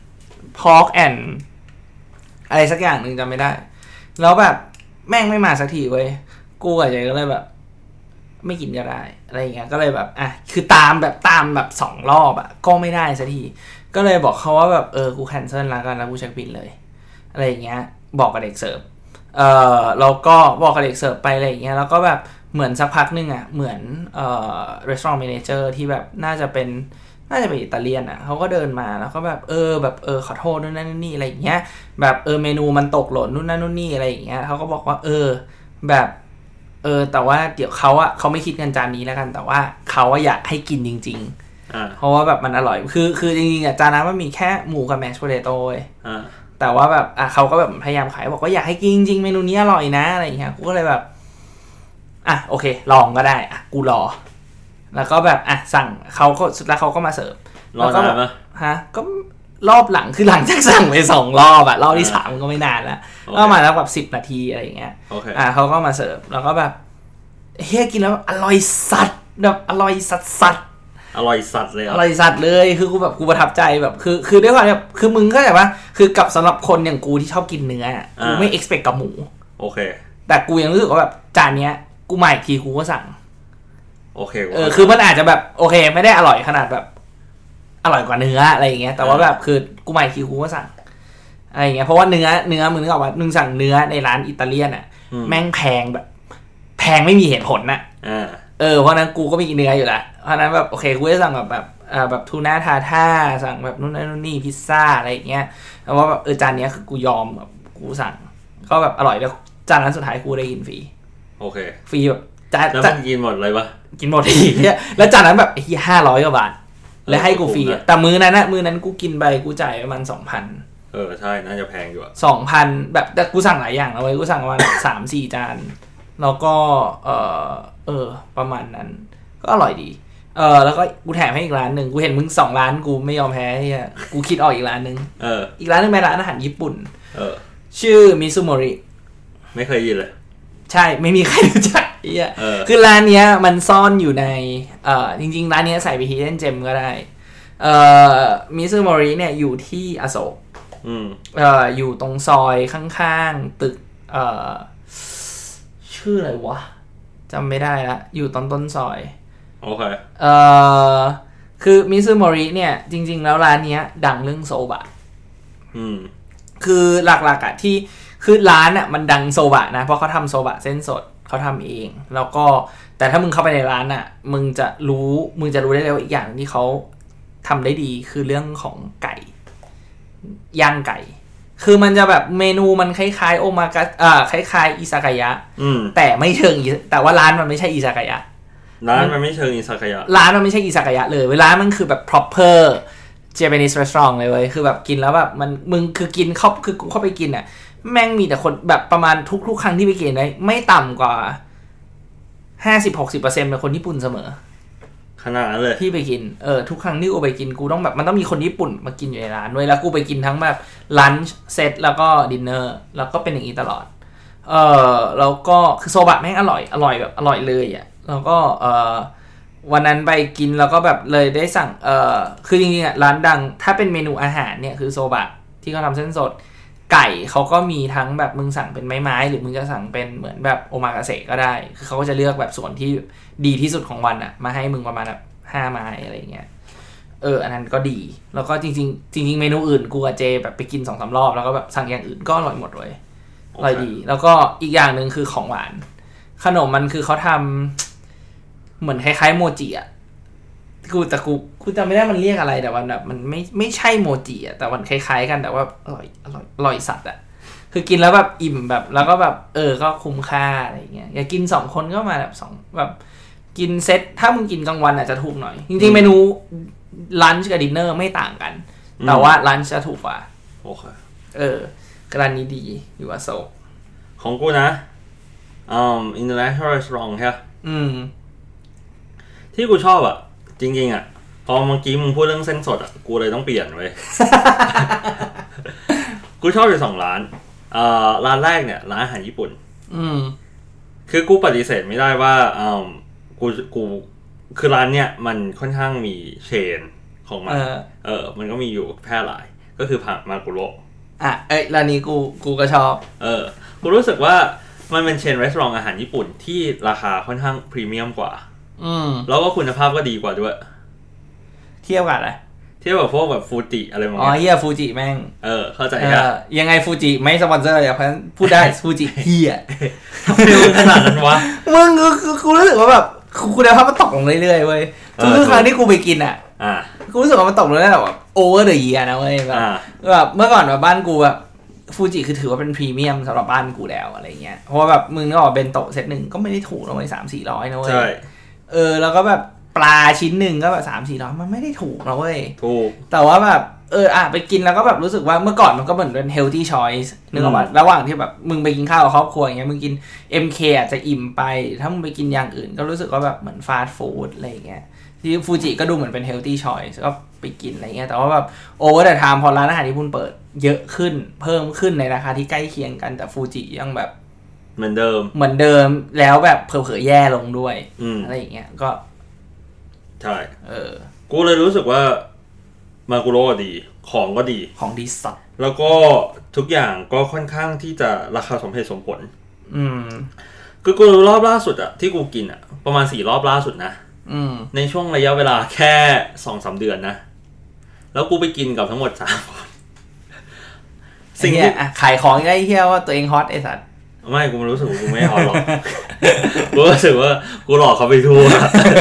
pork and อะไรสักอย่างหนึ่งจำไม่ได้แล้วแบบแม่งไม่มาสักทีเว้ยกูกับใจก็เลยแบบไม่กินก็ได้อะไรเงี้ยก็เลยแบบอ่ะคือตามแบบตามแบบสองรอบอ่ะก็ไม่ได้สักทีก็เลยบอกเขาว่าแบบเออกูแคนเซิลแล้วกันแล้วกูเช็คบิลเลยอะไรอย่างเงี้ยบอกกับเด็กเสิร์ฟเออแล้วก็บอกกับเด็กเสิร์ฟไปอะไรอย่างเงี้ยแล้วก็แบบเหมือนสักพักนึงอ่ะเหมือนเอ่อ restaurant manager ที่แบบน่าจะเป็นน่าจะเป็นอิตาเลียนอ่ะเขาก็เดินมาแล้วก็แบบเออแบบเออขอโทษนู่นนั่นนี่อะไรอย่างเงี้ยแบบเออเมนูมันตกหล่นนู่นนั่นนู่นนี่อะไรอย่างเงี้ยเขาก็บอกว่าเออแบบเออแต่ว่าเดี๋ยวเขาอะเขาไม่คิดเงินจานนี้แล้วกันแต่ว่าเขาอะอยากให้กินจริงๆเพราะว่าแบบมันอร่อยคือคือจริงๆอะจานนั้นมันมีแค่หมูกับแมชโพเตโต้เว้ยแต่ว่าแบบอ่ะเขาก็แบบพยายามขายบอกว่าอยากให้กินจริงๆเมนูนี้อร่อยนะอะไรอย่างเงี้ยกูก็เลยแบบอ่ะโอเคลองก็ได้อ่ะกูรอแล้วก็แบบอ่ะสั่งเขาก็สุดท้ายเขาก็มาเสิร์ฟรอนานไหมฮะก็รอบหลังคือหลังจากสั่งไปสองรอบอะรอบที่สามก็ไม่นานแล้วก็มาแล้วแบบสิบนาทีอะไรอย่างเงี้ยอ่ะเขาก็มาเสิร์ฟแล้วก็แบบเฮ้ยกินแล้วอร่อยสัตว์แบบอร่อยสัตว์สัตว์อร่อยสัตว์เลยอร่อยสัตว์เลยคือกูแบบกูประทับใจแบบคือคือด้วยความแบบคือมึงก็แบบว่าคือกับสำหรับคนอย่างกูที่ชอบกินเนื้อกูไม่ expect กับหมูโอเคแต่กูยังรู้สึกว่าแบบจานเนี้ยกูใหม่ทีกูก็สั่งโอเคเออคือมันอาจจะแบบโอเคไม่ได้อร่อยขนาดแบบอร่อยกว่าเนื้ออะไรอย่างเงี้ยแต่ว่าแบบคือกูใหม่ทีกูก็สั่งอะไรอย่างเงี้ยเพราะว่าเนื้อเนื้อมึงนึกออกว่ามึงสั่งเนื้อในร้านอิตาเลียนอ่ะแม่งแพงแบบแพงไม่มีเหตุผลน่ะเออเพราะนั้นกูก็ไม่กินเนื้ออยู่ละเพราะนั้นแบบโอเคกูจะสั่งแบบแบบเอ่อแบบทูน่าทาท่าสั่งแบบนู่นนั่นนู่นนี่พิซซ่าอะไรอย่างเงี้ยแล้วว่าแบบเออจานเนี้ยคือกูยอมแบบกูสั่งก็แบบอร่อยแล้วจานนั้นสุดท้ายกูได้กินฟรีโอเคฟรีแบบจานแล้วมึงกินหมดเลยปะกินหมดทีเนี่ยแล้วจานนั้นแบบไอ้ห้าร้อยกว่าบาทแล้วให้กูฟรีแต่มื้อนั้นนะมื้อนั้นกูกินไปกูจ่ายประมาณสองพันเออใช่น่าจะแพงอยู่อ่ะสองพันแบบแต่กูสั่งหลายอย่างเอาไว้กูสั่งประมาณสามสี่จานแล้วก็เออเออประมาณนั้นก็อร่อยดีเออแล้วก็กูแถมให้อีกร้านหนึ่งกูเห็นมึงสองร้านกูไม่ยอมแพ้เฮียกูคิดออกอีกร้านหนึ่งเอออีกร้านนึงเป็นร้านอาหารญี่ปุ่นเออชื่อมิซูโมริไม่เคยยินเลยใช่ไม่มีใครรู้จักเฮียคือร้านเนี้ยมันซ่อนอยู่ในเอ่อจริงๆร้านเนี้ยใส่ไปฮีเดนเจมก็ได้เอ่อมิซูโมริเนี่ยอยู่ที่อโศกอืมเอ่ออยู่ตรงซอยข้างๆตึกเอ่อชื่ออะไรวะจำไม่ได้ละอยู่ตอนต้นซอยโอเคเอ่อคือมิซูโมริเนี่ยจริงๆแล้วร้านเนี้ยดังเรื่องโซบะอืมคือหลักๆอ่ะที่คือร้านอ่ะมันดังโซบะนะเพราะเขาทำโซบะเส้นสดเขาทำเองแล้วก็แต่ถ้ามึงเข้าไปในร้านอ่ะมึงจะรู้มึงจะรู้ได้เลยว่าอีกอย่างที่เขาทำได้ดีคือเรื่องของไก่ย่างไก่คือมันจะแบบเมนูมันคล้ายๆโอมากะอ่าคล้ายๆอิซากายะแต่ไม่เชิงแต่ว่าร้านมันไม่ใช่อิซากายะร้านมันไม่เชิงอิซากายะร้านมันไม่ใช่อิซากายะเลยเวลามันคือแบบ proper Japanese restaurant เลยเว้ยคือแบบกินแล้วแบบมันมึงคือกินเข้าคือเข้าไปกินอ่ะแม่งมีแต่คนแบบประมาณทุกๆครั้งที่ไปกินได้ไม่ต่ำกว่า ห้าสิบถึงหกสิบเปอร์เซ็นต์ เป็นคนญี่ปุ่นเสมอขนาดนั้นเลยที่ไปกินเออทุกครั้งที่กูไปกินกูต้องแบบมันต้องมีคนญี่ปุ่นมากินอยู่ในร้านด้วยแล้วกูไปกินทั้งแบบลันช์เซตแล้วก็ดินเนอร์แล้วก็เป็นอย่างนี้ตลอดเออแล้วก็คือโซบะแม่งอร่อยอร่อยแบบอร่อยเลยอ่ะแล้วก็เออวันนั้นไปกินแล้วก็แบบเลยได้สั่งเออคือจริงๆอ่ะร้านดังถ้าเป็นเมนูอาหารเนี่ยคือโซบะที่เขาทำเส้นสดไก่เขาก็มีทั้งแบบมึงสั่งเป็นไม้ๆหรือมึงจะสั่งเป็นเหมือนแบบโอมากาเสะก็ได้คือเขาก็จะเลือกแบบส่วนที่ดีที่สุดของวันอ่ะมาให้มึงประมาณแบบห้าไม้อะไรเงี้ยเอออันนั้นก็ดีแล้วก็จริงๆจริงๆเมนูอื่นกูกับเจแบบไปกิน สองสาม รอบแล้วก็แบบสั่งอย่างอื่นก็อร่อยหมดเลยอร่อยดีแล้วก็อีกอย่างนึงคือของหวานขนมมันคือเขาทำเหมือนคล้ายๆโมจิอ่ะกูแต่กูกูจำไม่ได้มันเรียกอะไรแต่ว่าแบบมันไม่ไม่ใช่โมจิอ่ะแต่มันคล้ายๆกันแต่ว่าอร่อยอร่อยอร่อยสัตว์อ่ะคือกินแล้วแบบอิ่มแบบแล้วก็แบบเออก็คุ้มค่าอะไรเงี้ยอยากกินสองคนก็มาแบบสองแบบกินเซตถ้ามึงกินกลางวันอาจจะถูกหน่อยจริงๆเมนูลันช์กับดินเนอร์ไม่ต่างกันแต่ว่าลันช์จะถูกกว่าโอเคเออร้านนี้ดีอยู่อโศกของกูนะอืม international restaurant ใช่อืมที่กูชอบอ่ะจริงๆอ่ะพอเมื่อกี้มึงพูดเรื่องเส้นสดอ่ะกูเลยต้องเปลี่ยนเว้ย กูชอบอยู่สองร้านอ่าร้านแรกเนี่ยร้านอาหารญี่ปุ่นอืมคือกูปฏิเสธไม่ได้ว่าอืมกูกูคือร้านเนี่ยมันค่อนข้างมีเชนของมันเออเออมันก็มีอยู่แพร่หลายก็คือผักมากุโระอ่ะเอ้ยร้านนี้กูกูก็ชอบเออกูรู้สึกว่ามันเป็นเชนร้านอาหารญี่ปุ่นที่ราคาค่อนข้างพรีเมียมกว่าอืมแล้วก็คุณภาพก็ดีกว่าด้วยเทียบกันอะไรเทียบกับพวกแบบฟูจิอะไรบางอย่างอ๋อเฮียฟูจิแม่งเออเข้าใจครับยังไงฟูจิไม่สปอนเซอร์อย่าเพิ่งพูดได้ฟูจิเฮียทำไมมึงขนาดนั้นวะมึงคือกูรู้สึกว่าแบบคุณภาพมันตกลงเรื่อยๆเว้ยทุกครั้งที่กูไปกินอ่ะกูรู้สึกว่ามันตกลงเรื่อยๆแบบโอเวอร์เดอะเยียร์นะเว้ยแบบแบบเมื่อก่อนแบบบ้านกูแบบฟูจิคือถือว่าเป็นพรีเมียมสำหรับบ้านกูแล้วอะไรเงี้ยเพราะว่าแบบมึงก็บอกเบนโตะเซตหนึ่งก็ไม่ได้ถูกนะเว้ยสามสี่ร้อยนะเว้ยเออแล้วก็แบบปลาชิ้นหนึ่งก็แบบสามสี่ร้อยมันไม่ได้ถูกนะเว้ยถูกแต่ว่าแบบเอออ่ะไปกินแล้วก็แบบรู้สึกว่าเมื่อก่อนมันก็เหมือนเป็น healthy choice นึกออกป่ะระหว่างที่แบบมึงไปกินข้าวกับครอบครัวอย่างเงี้ยมึงกิน เอ็ม เค อาจจะอิ่มไปถ้ามึงไปกินอย่างอื่นก็รู้สึกว่าแบบเหมือนฟาสต์ฟู้ดอะไรเงี้ยที่ฟูจิก็ดูเหมือนเป็น healthy choice ก็ไปกินอะไรเงี้ยแต่ว่าแบบโอเวอร์เดอะไทม์พอร้านอาหารญี่ปุ่นเปิดเยอะขึ้นเพิ่มขึ้นในราคาที่ใกล้เคียงกันแต่ฟูจิยังแบบเหมือนเดิมเหมือนเดิมแล้วแบบเผลอๆแย่ลงด้วยอะไรอย่างเงี้ยก็ใช่เออกูเลยรู้สึกว่ามากุโระดีของก็ดีของดีสัตว์แล้วก็ทุกอย่างก็ค่อนข้างที่จะราคาสมเหตุสมผลอืมคือกูรอบล่าสุดอะที่กูกินอะประมาณสี่รอบล่าสุดนะอืมในช่วงระยะเวลาแค่สองสามเดือนนะแล้วกูไปกินกับทั้งหมดสามคนสิ่งที่ขายของได้เที่ยวว่าตัวเองฮอตไอ้สัตว์ไม่กูรู้สึกว่ากูไม่ฮอตหรอกกูรู้สึกว่ากูหลอกเขาไปทั่ว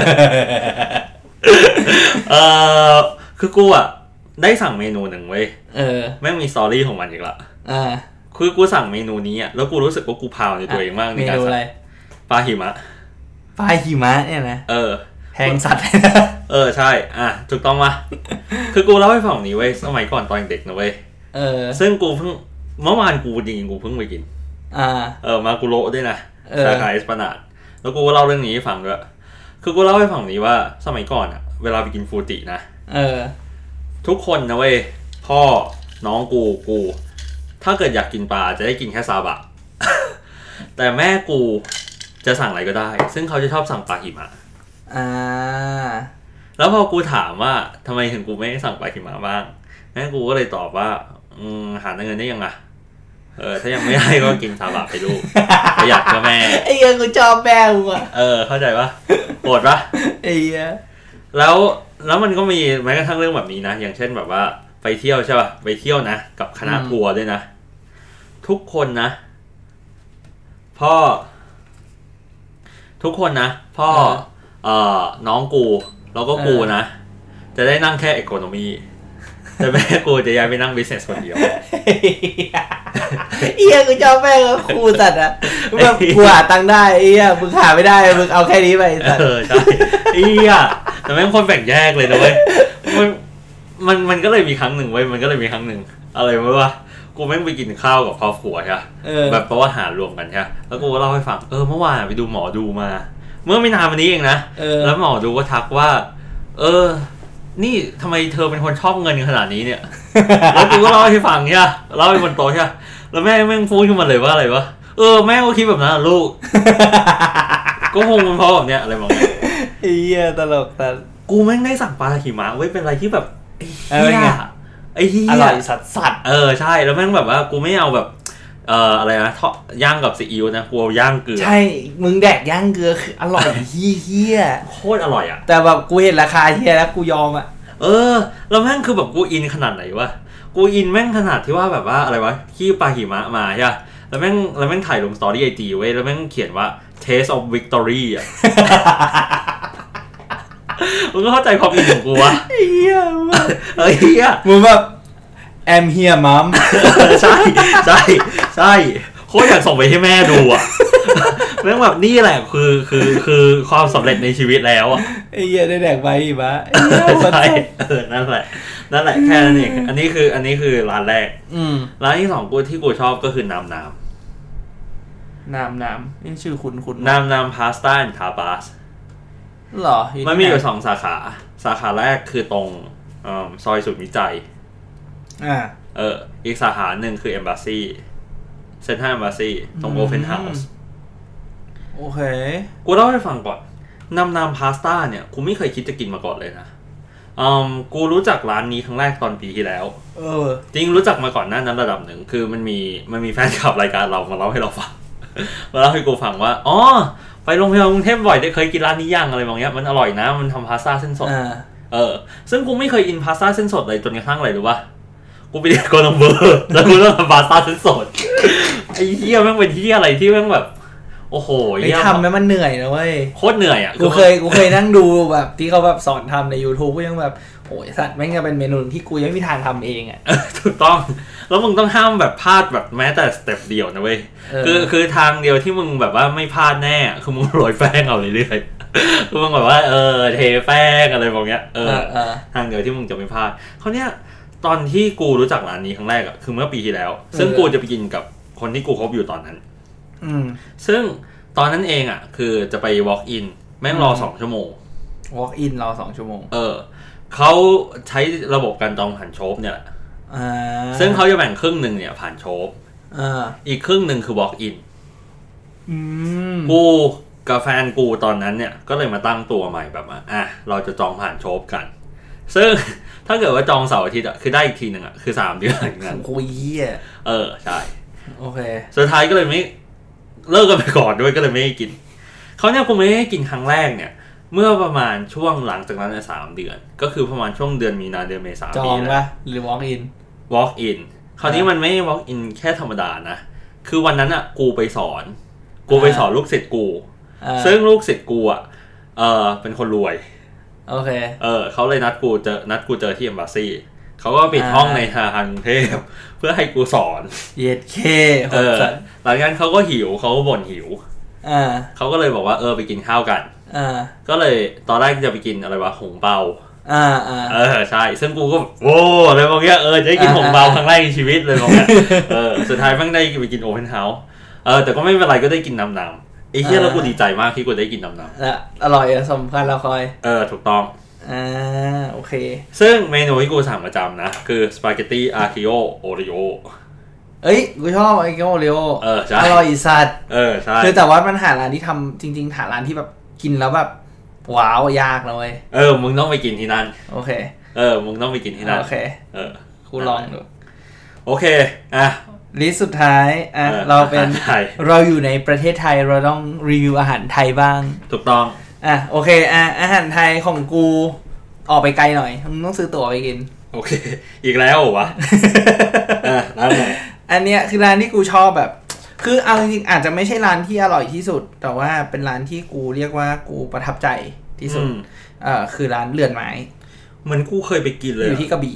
เออคือกูอะได้สั่งเมนูหนึ่งเว้ยเออแม่งมีสตอรี่ของมันอีกละอ่าคือกูสั่งเมนูนี้อ่ะแล้วกูรู้สึกว่ากูพาวในตัวเองมากในการสั่งปลาหิมะปลาหิมะเนี่ยนะเออแพงสัตว์เออใช่อ่ะถูกต้องป่ะคือกูเล่าให้ฟังนี้เว้ยสมัยก่อนตอนเด็กนะเว้ยเออซึ่งกูเพิ่งเมื่อวานกูจริงๆกูเพิ่งไปกินอ่าเออมากุโระด้วยนะสาขาเอสปานาดแล้วกูก็เล่าเรื่องนี้ให้ฟังด้วยคือกูเล่าให้ฟังนี้ว่าสมัยก่อนอ่ะเวลาไปกินฟูจินะเออทุกคนนะเว้ยพ่อน้องกูกูถ้าเกิดอยากกินปลาจะได้กินแค่ซาบะ แต่แม่กูจะสั่งอะไรก็ได้ซึ่งเขาจะชอบสั่งปลาหิมะอ่าแล้วพอกูถามว่าทำไมถึงกูไม่สั่งปลาหิมะบ้างแม่กูก็เลยตอบว่าอืมหาเงินได้ยังอ่ะเออถ้ายังไม่ได้ก็กินซาบะไปลูกประหยัดก็แม่ไอ้เหี้ยกูชอบแม่กูอ่ะเออเข้าใจปะโกรธปะไอ้เหี้ยแล้วแล้วมันก็มีแม้กระทั่งเรื่องแบบนี้นะอย่างเช่นแบบว่าไปเที่ยวใช่ป่ะไปเที่ยวนะกับคณะทัวร์ด้วยนะทุกคนนะพ่อทุกคนนะพ่อเอ่อน้องกูแล้วก็กูนะจะได้นั่งแค่อีโคโนมีแต่แม่กูจะย้ายไปนั่ง business คนเดียวเอี้ยกูชอบแม่ก็ครูสัตว์อะแบบกูหาตังค์ได้เอี้ยมึงหาไม่ได้มึงเอาแค่นี้ไปสัตว์เออใช่เอี้ยแต่แม่งคนแบ่งแยกเลยนะเว้ยมันมันมันก็เลยมีครั้งหนึ่งเว้ยมันก็เลยมีครั้งหนึ่งอะไรไม่รู้ว่ากูแม่งไปกินข้าวกับครอบครัวใช่แบบเพราะว่าหารวมกันใช่แล้วกูก็เล่าให้ฟังเออเมื่อวานไปดูหมอดูมาเมื่อไม่นานมานี้เองนะแล้วหมอดูก็ทักว่าเออนี่ทำไมเธอเป็นคนชอบเงินขนาดนี้เนี่ยแล้วกูก็เล่าให้ฟังใช่เล่าให้บนโต๊ะใช่แล้วแม่แม่งพูดขึ้นมาเลยว่าอะไรวะเออแม่ก็คิดแบบนั้นลูกก็คงเป็นเพราะแบบเนี้ยอะไรบางอย่างไอ้เหี้ยตลกแต่กูแม่งได้สั่งปลาหิมะไว้เป็นอะไรที่แบบไอ้เหี้ยไอ้เหี้ยอร่อยสัสสัสเออใช่แล้วแม่งแบบว่ากูไม่เอาแบบเอ่ออะไรนะทอดย่างกับซีอิ๊วนะกูเอาย่างเกลือใช่มึงแดกย่างเกลือคืออร่อยเหี้ยโคตรอร่อยอ่ะแต่แบบกูเห็นราคาเหี้ยแล้วกูยอมอ่ะเออแล้วแม่งคือแบบกูอินขนาดไหนวะกูอินแม่งขนาดที่ว่าแบบว่าอะไรวะขี้ปลาหิมะมาใช่ป่ะแล้วแม่งแล้วแม่งถ่ายลงสตอรี่ไอจีไว้แล้วแม่งเขียนว่า Taste of Victory อ่ะมึงก็เข้าใจความอินของกูวะเหี้ยเอ้ยเหี้ยมึงแบบ I'm here mom ใช่ใช่ใช่โคตรอยากส่งไปให้แม่ดูอ่ะแม่งแบบนี่แหละคือคือคือความสำเร็จในชีวิตแล้วอ่ะไอ้เหี้ยได้แดกไปอีกปะใช่เออนั่นแหละนั่นแหละแค่นั้นเองอันนี้คืออันนี้คือร้านแรกร้านที่สองกูที่กูชอบก็คือน้ำน้ำน้ำน้ำนี่ชื่อคุณคุณน้ำน้ำพาสต้าทาปาสหรอมันมีอยู่สองสาขาสาขาแรกคือตรงซอยสุดวิจัยอ่าเอออีกสาขาหนึ่งคือ Embassy Central Embassy ตรง Open House โอเคกูเล่าให้ฟังก่อนน้ำน้ำพาสต้าเนี่ยกูไม่เคยคิดจะกินมาก่อนเลยนะอืมกูรู้จักร้านนี้ครั้งแรกตอนปีที่แล้วเออจริงรู้จักมาก่อนหน้านั้นระดับหนึ่งคือมันมีมันมีแฟนคลับรายการเรามาเล่าให้เราฟังมาเล่าให้กูฟังว่าอ๋อไปโรงพยาบาลกรุงเทพบ่อยได้เคยกินร้านนี้ย่างอะไรบางอย่างมันอร่อยนะมันทำพาสต้าเส้นสดเออซึ่งกูไม่เคยอินพาสต้าเส้นสดเลยจนกระทั่งอะไรรู้ป่ะกูไปเรียนโกลัมเบอร์แล้วกูต้องทำพาสต้าเส้นสดไอ้เหี้ยแม่งเป็นเหี้ยอะไรที่แม่งแบบโอ้โหไอ้ทำแล้วมันเหนื่อยนะเว้ยโคตรเหนื่อยอ่ะกูเคยกูเคยนั่งดูแบบที่เขาแบบสอนทำใน YouTube ก็ยังแบบโอ้ยสัตว์แม่งจะเป็นเมนูที่กูยังไม่มีทางทำเองอ่ะถูกต้องแล้วมึงต้องห้ามแบบพลาดแบบแม้แต่สเต็ปเดียวนะเว้ยคือคือทางเดียวที่มึงแบบว่าไม่พลาดแน่คือมึงโรยแป้งเอาเรื่อยๆคือมึงแบบว่าเออเทแป้งอะไรแบบเนี้ยเออทางเดียวที่มึงจะไม่พลาดเขาเนี้ยตอนที่กูรู้จักร้านนี้ครั้งแรกอ่ะคือเมื่อปีที่แล้วซึ่งกูจะไปกินกับคนที่กูคบอยู่ตอนนั้นอืมซึ่งตอนนั้นเองอ่ะคือจะไป walk in แม่งรอสองชั่วโมง walk in รอสองชั่วโมงเออเขาใช้ระบบการจองผ่านโชฟเนี่ยแหละซึ่งเขาจะแบ่งครึ่งหนึ่งเนี่ยผ่านโชฟอีกครึ่งหนึ่งคือ walk in กูกับแฟนกูตอนนั้นเนี่ยก็เลยมาตั้งตัวใหม่แบบว่าอ่ะเราจะจองผ่านโชฟกันซึ่งถ้าเกิดว่าจองเสาร์อาทิตย์อ่ะคือได้อีกทีหนึ่งอ่ะคือสามเดือนอย่างนั้นโอ้ยเออใช่โอเคสุดท้ายก็เลยไม่เลิกกันไปก่อนด้วยก็เลยไม่ได้กินเขาเนี่ยกูไม่ได้กินครั้งแรกเนี่ยเมื่อประมาณช่วงหลังจากนั้นสามเดือนก็คือประมาณช่วงเดือนมีนาเดือนเมษาจองปะหรือ walk in walk in คราวนี้มันไม่ walk in แค่ธรรมดานะคือวันนั้นอ่ะกูไปสอนกูไปสอนลูกศิษย์กูซึ่งลูกศิษย์กูอ่ะเออเป็นคนรวยโอเคเออเขาเลยนัดกูเจอนัดกูเจอที่ Embassy เขาก็ปิดห้องในธนาคารกรุงเทพเพื่อให้กูสอนเย็ดเคเออหลังจากนั้นเขาก็หิวเขาก็บ่นหิวอ่าเขาก็เลยบอกว่าเออไปกินข้าวกันอ่าก็เลยตอนแรกจะไปกินอะไรวะหงเปาอ่าอ่าเออใช่ซึ่งกูก็โว้อะไรบางอย่างเออจะได้กินหงเปาครั้งแรกในชีวิตเลยบางอย่างเออสุดท้ายแม่งได้ไปกินโอเพนเฮาส์เออแต่ก็ไม่เป็นไรก็ได้กินน้ำน้ำไอ้เหี้ยแล้วกูดีใจมากที่กูได้กินน้ำน้ำและอร่อยสมคัญเราคอยเออถูกต้องอ่าโอเคซึ่งเมนูที่กูสั่งประจำนะคือสปาเกตตี้อาร์คิโอโอริโอเอ้ยกูชอบอาร์คิโอโอริโอเออใช่อร่อยสัตว์เออใช่คือแต่ว่ามันหาร้านที่ทำจริงๆหาร้านที่แบบกินแล้วแบบว้าวยากนะเว้ยเออมึงต้องไปกินที่นั่นโอเคเออมึงต้องไปกินที่นั่นโอเคเออกูลองดูโอเคอ่ะลิสต์สุดท้ายอ่ะเราเป็นเราอยู่ในประเทศไทยเราต้องรีวิวอาหารไทยบ้างถูกต้องอ่ะโอเคอ่ะอาหารไทยของกูออกไปไกลหน่อยมึงต้องซื้อตั๋วไปกินโอเคอีกแล้ววะอ่ะร้านไหนอันเนี้ยคือร้านที่กูชอบแบบคือเอาจริงๆอาจจะไม่ใช่ร้านที่อร่อยที่สุดแต่ว่าเป็นร้านที่กูเรียกว่ากูประทับใจที่สุดอ่าคือร้านเรือนไม้เหมือนกูเคยไปกินเลยอยู่ที่กระบี่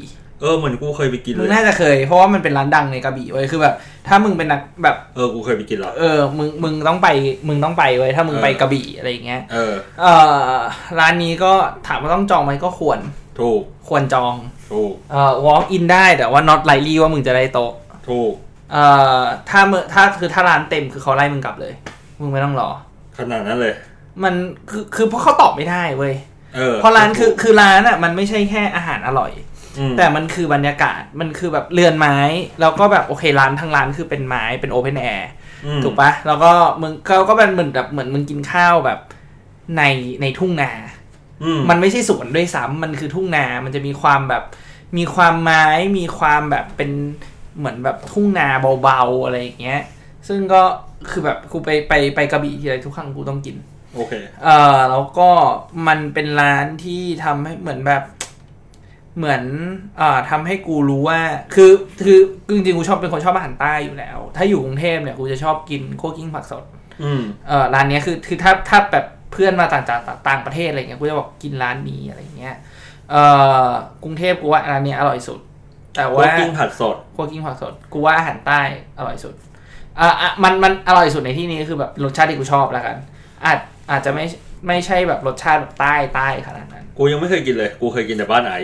เออเหมือนกูเคยไปกินเลยมึงน่าจะเคยเพราะว่ามันเป็นร้านดังในกระบี่เว้ยคือแบบถ้ามึงเป็นนักแบบเออกูเคยไปกินแล้วเออมึงมึงต้องไปมึงต้องไปเว้ยถ้ามึงไปกระบี่อะไรอย่างเงี้ยเออเออร้านนี้ก็ถามว่าต้องจองไหมก็ควรถูกควรจองถูกเอ่อ walk in ได้แต่ว่า not likely ว่ามึงจะได้โต๊ะถูกเอ่อถ้ามึงถ้าคือถ้าร้านเต็มคือเขาไล่มึงกลับเลยมึงไม่ต้องรอขนาดนั้นเลยมันคือคือเพราะเขาตอบไม่ได้เว้ยเออเพราะร้านคือคือร้านอ่ะมันไม่ใช่แค่อาหารอร่อยแต่มันคือบรรยากาศมันคือแบบเรือนไม้แล้วก็แบบโอเคร้านทั้งร้านคือเป็นไม้เป็นโอเพนแอร์ถูกปะแล้วก็มึงเขาก็เป็นเหมือนแบบเหมือนมึงกินข้าวแบบในในทุ่งนามันไม่ใช่สวนด้วยซ้ำมันคือทุ่งนามันจะมีความแบบมีความไม้มีความแบบเป็นเหมือนแบบทุ่งนาเบาๆอะไรอย่างเงี้ยซึ่งก็คือแบบกูไปไปไปกระบี่ทีไรทุกครั้งกูต้องกินโอเคเออแล้วก็มันเป็นร้านที่ทำให้เหมือนแบบเหมือนอ่าทำให้กูรู้ว่าคือคือจริงๆกูชอบเป็นคนชอบอาหารใต้อยู่แล้วถ้าอยู่กรุงเทพเนี่ยกูจะชอบกินคั่วกิ้งผักสดอืมเออร้านนี้คือคือถ้าถ้าแบบเพื่อนมาต่างจากต่างประเทศอะไรเงี้ยกูจะบอกกินร้านนี้อะไรเงี้ยเออกรุงเทพกูว่าร้านนี้อร่อยสุดแต่ว่าคั่วกิ้งผักสดคั่วกิ้งผักสดกูว่าอาหารใต้อร่อยสุดอ่าอ่ะมันมันอร่อยสุดในที่นี้คือแบบรสชาติที่กูชอบแล้วกันอาจอาจจะไม่ไม่ใช่แบบรสชาติแบบใต้ใต้ขนาดนั้นกูยังไม่เคยกินเลยกูเคยกินแต่บ้านไอ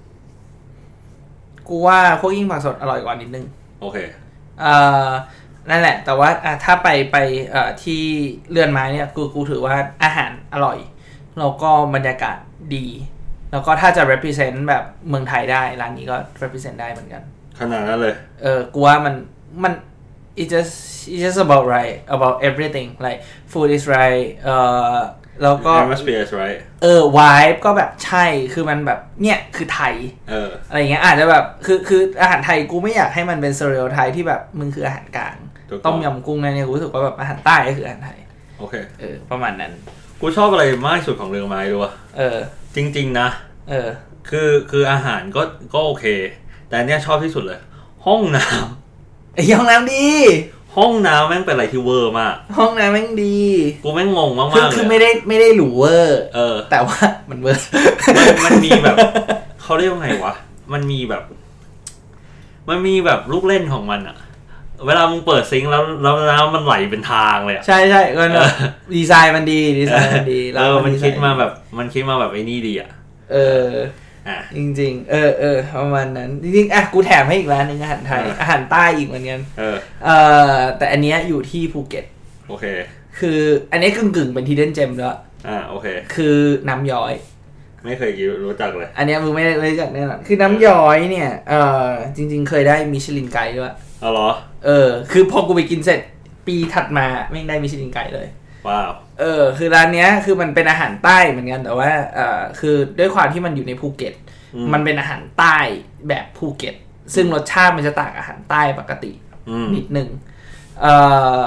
กูว่าพวกยิ่งผักสดอร่อยกว่านิดนึงโอเคเอ่อนั่นแหละแต่ว่าถ้าไปไปเอ่อที่เรือนไม้เนี่ยกูกูถือว่าอาหารอร่อยแล้วก็บรรยากาศดีแล้วก็ถ้าจะ represent แบบเมืองไทยได้ร้านนี้ก็ represent ได้เหมือนกันขนาดนั้นเลยเออกูว่ามันมัน it just it's just about right about everything like food is right เอ่อแล้วก็ atmosphere is right เออ vibe ก็แบบใช่คือมันแบบเนี่ยคือไทยเอออะไรเงี้ยอาจจะแบบคือคืออาหารไทยกูไม่อยากให้มันเป็นสเตอริโอไทป์ที่แบบมึงคืออาหารกลางต้มยำกุ้งเนี่ยกูรู้สึกว่าแบบอาหารใต้ก็คืออาหารไทยโอเคเออประมาณนั้นกูชอบอะไรมากที่สุดของเรืองไม้ดูวะเออจริงๆนะเออคือคืออาหารก็ก็โอเคแต่เนี้ยชอบที่สุดเลยห้องน้ำไอ้ห้องน้ำดีห้องน้ำแม่งเป็นอะไรที่เวอร์มากห้องน้ำแม่งดีกูแม่งงงมากๆเลยคือไม่ได้ไม่ได้หรูเวอร์เออแต่ว่ามันเวอร์มันมีแบบเขาเรียกว่าไงวะมันมีแบบมันมีแบบลูกเล่นของมันอะเวลามึงเปิดซิงค์แล้วแล้วน้ำมันไหลเป็นทางเลยอะใช่ใช่ก็ดีไซน์มันดีดีไซน์มันดีเออมันคิดมาแบบมันคิดมาแบบไอ้นี่ดีอะเอออ่ะจริงๆเออเออประมาณนั้นจริงๆอ่ะกูแถมให้อีกร้านนึงอาหารไทยอาหารใต้อีกเหมือนกันเออเออแต่อันเนี้ยอยู่ที่ภูเก็ตโอเคคืออันนี้กึ่งๆเป็นทีเดนเจมด้วยอ่าโอเคคือน้ำย้อยไม่เคยรู้จักเลยอันเนี้ยมึงไม่ได้รู้จักแน่นอนคือน้ำย้อยเนี่ยเออจริงๆเคยได้มิชลินไกด์ด้วยอ๋อเหรอเออคือพอกูไปกินเสร็จปีถัดมาไม่ได้มิชลินไกด์เลยว้าวเออคือร้านเนี้ยคือมันเป็นอาหารใต้เหมือนกันแต่ว่าเออคือด้วยความที่มันอยู่ในภูเก็ตมันเป็นอาหารใต้แบบภูเก็ตซึ่งรสชาติมันจะต่างอาหารใต้ปกตินิดนึงเอ่อ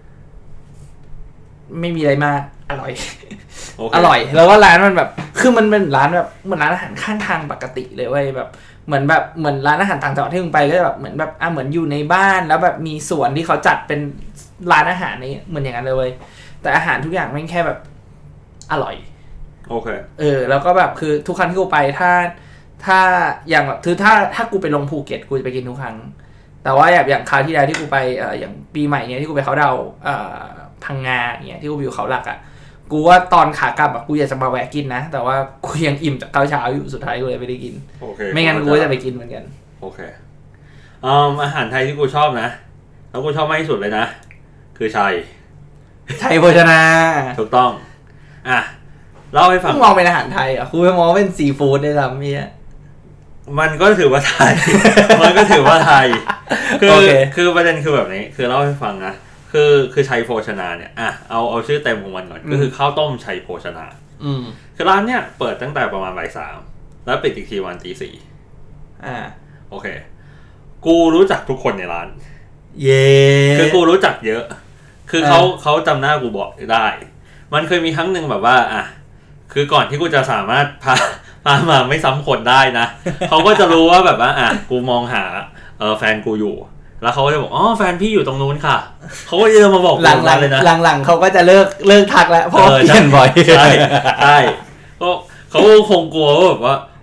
ไม่มีอะไรมากอร่อย okay. อร่อยแล้วก็ร้านมันแบบคือมันเป็นร้านแบบเหมือนร้านอาหารข้างทางปกติเลยเว้ยแบบเหมือนแบบเหมือนร้านอาหารต่างจังหวัดที่มึงไปก็แบบเหมือนแบบอ่ะเหมือนอยู่ในบ้านแล้วแบบมีสวนที่เขาจัดเป็นร้านอาหารนี่เหมือนอย่างนั้นเลยเว้ยแต่อาหารทุกอย่างไม่แค่แบบอร่อยโอเคเออแล้วก็แบบคือทุกครั้งที่กูไปถ้าถ้าอย่างแบบคือถ้าถ้ากูไปลงภูเก็ตกูจะไปกินทุกครั้งแต่ว่าอย่างอย่างคราวที่แล้วที่กูไปเอ่ออย่างปีใหม่เนี้ยที่กูไปเขาดาวเอ่อพังงาเนี้ยที่กูอยู่เขาหลักอ่ะกูว่าตอนขากลับอ่ะกูอยากจะมาแวะกินนะแต่ว่ากูยังอิ่มจากข้าวเช้าอยู่สุดท้ายกูเลยไม่ได้กินโอเคไม่งั้นกูจะไปกินเหมือนกันโอเคอืมอาหารไทยที่กูชอบนะแล้วกูชอบมากที่สุดเลยนะคือชัยชัยโภชนาถูกต้องอ่ะเล่าให้ฟังมองเป็นอาหารไทยอ่ะกูไม่มองเป็นซีฟู้ดได้ซ้ำพี่มันก็ถือว่าไทย มันก็ถือว่าไทยคือ okay. คือประเด็นคือแบบนี้คือเล่าให้ฟังนะคือคือชัยโภชนาเนี่ยอ่ะเอาเอาชื่อเต็มของมันก่อนก็คือข้าวต้มชัยโภชนาอืมคือร้านเนี่ยเปิดตั้งแต่ประมาณบ่ายสามแล้วปิดอีกทีวันตีสี่อ่าโอเคกูรู้จักทุกคนในร้านเย่คือกูรู้จักเยอะคือเขาเขาจำหน้ากูบอกได้มันเคยมีครั้งหนึ่งแบบว่าอ่ะคือก่อนที่กูจะสามารถพาพามาไม่ซ้ำคนได้นะ เขาก็จะรู้ว่าแบบว่าอ่ะกูมองหาเออแฟนกูอยู่แล้วเขาก็จะบอกอ๋อแฟนพี่อยู่ตรงนู้นค่ะเขาก็จะมาบอกหลังๆเลยนะหลังๆเขาก็จะเลิกเลิกทักแล้วเพราะเปลี่ยนบ่อยใช่ใช่ก็เขาคงกลัวว่าแบบว่า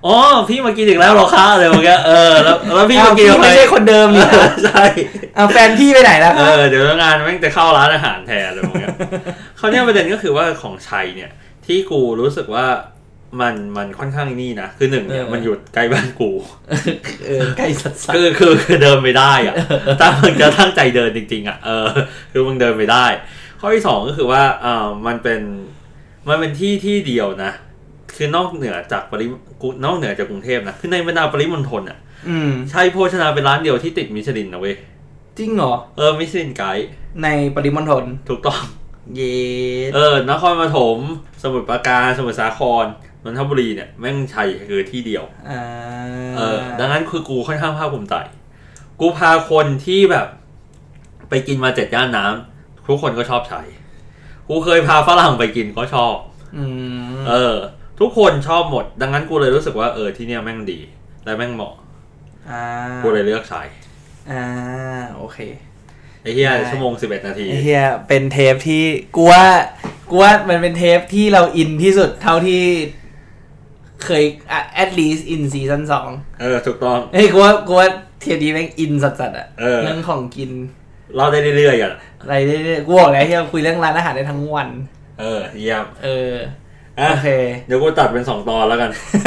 อ๋อพี่มากินอีกแล้วเหรอคะอะไรแบบเงี้ยเออแล้วแล้วพี่มากินไม่ใช่คนเดิมนี่ใช่เอาแฟนพี่ไปไหนแล้วเออเดี๋ยวงานแม่งจะเข้าร้านอาหารแทนอะไรแบบเงี้ยเขาเนี่ยประเด็นก็คือว่าของชัยเนี่ยที่กูรู้สึกว่ามันมันค่อนข้างนี่นะคือหนึ่งเนี่ยมันอยู่ใกล้บ้านกูเออใกล้สัสคือคือคือเดินไปได้อ่ะถ้ามึงจะตั้งใจเดินจริงๆอ่ะเออคือมึงเดินไปได้ข้อที่สองก็คือว่าอ่ามันเป็นมันเป็นที่ที่เดียวนะคือนอกเหนือจากปรินอกเหนือจากกรุงเทพนะคือในบรรดาปริมณฑลอ่ะใช่โภชนาเป็นร้านเดียวที่ติดมิชลินนะเว้ยจริงเหรอเออมิชลินไกด์ในปริมณฑลถูกต้องเย้เออนครปฐมสมุทรปราการสมุทรสาครนนทบุรีเนี่ยแม่งชัยคือที่เดียวเออดังนั้นคือกูค่อนข้างภาคภูมิใจกูพาคนที่แบบไปกินมาเจ็ดย่านน้ำทุกคนก็ชอบชัยกูเคยพาฝรั่งไปกินก็ชอบเออทุกคนชอบหมดดังนั้นกูเลยรู้สึกว่าเออที่เนี่ยแม่งดีและแม่งเหมาะกูเลยเลือกชัยอ่าโอเคไอ้เหี้ยชั่วโมงสิบเอ็ดนาทีไอ้เหี้ยเป็นเทปที่กูว่ากูว่ามันเป็นเทปที่เราอินที่สุดเท่าที่เคย at least in season สองเออถูกต้องเฮ้ยกูว่ากูว่าเทปนี้แม่งอินสัสๆอ่ะเรื่องของกินเราได้เรื่อยๆกันอะไรเรื่อยๆกูบอกแล้วที่เราคุยเรื่องร้านอาหารได้ทั้งวันเออเยี่ยมเออโอเคเดี๋ยวกูตัดเป็นสองตอนแล้วกัน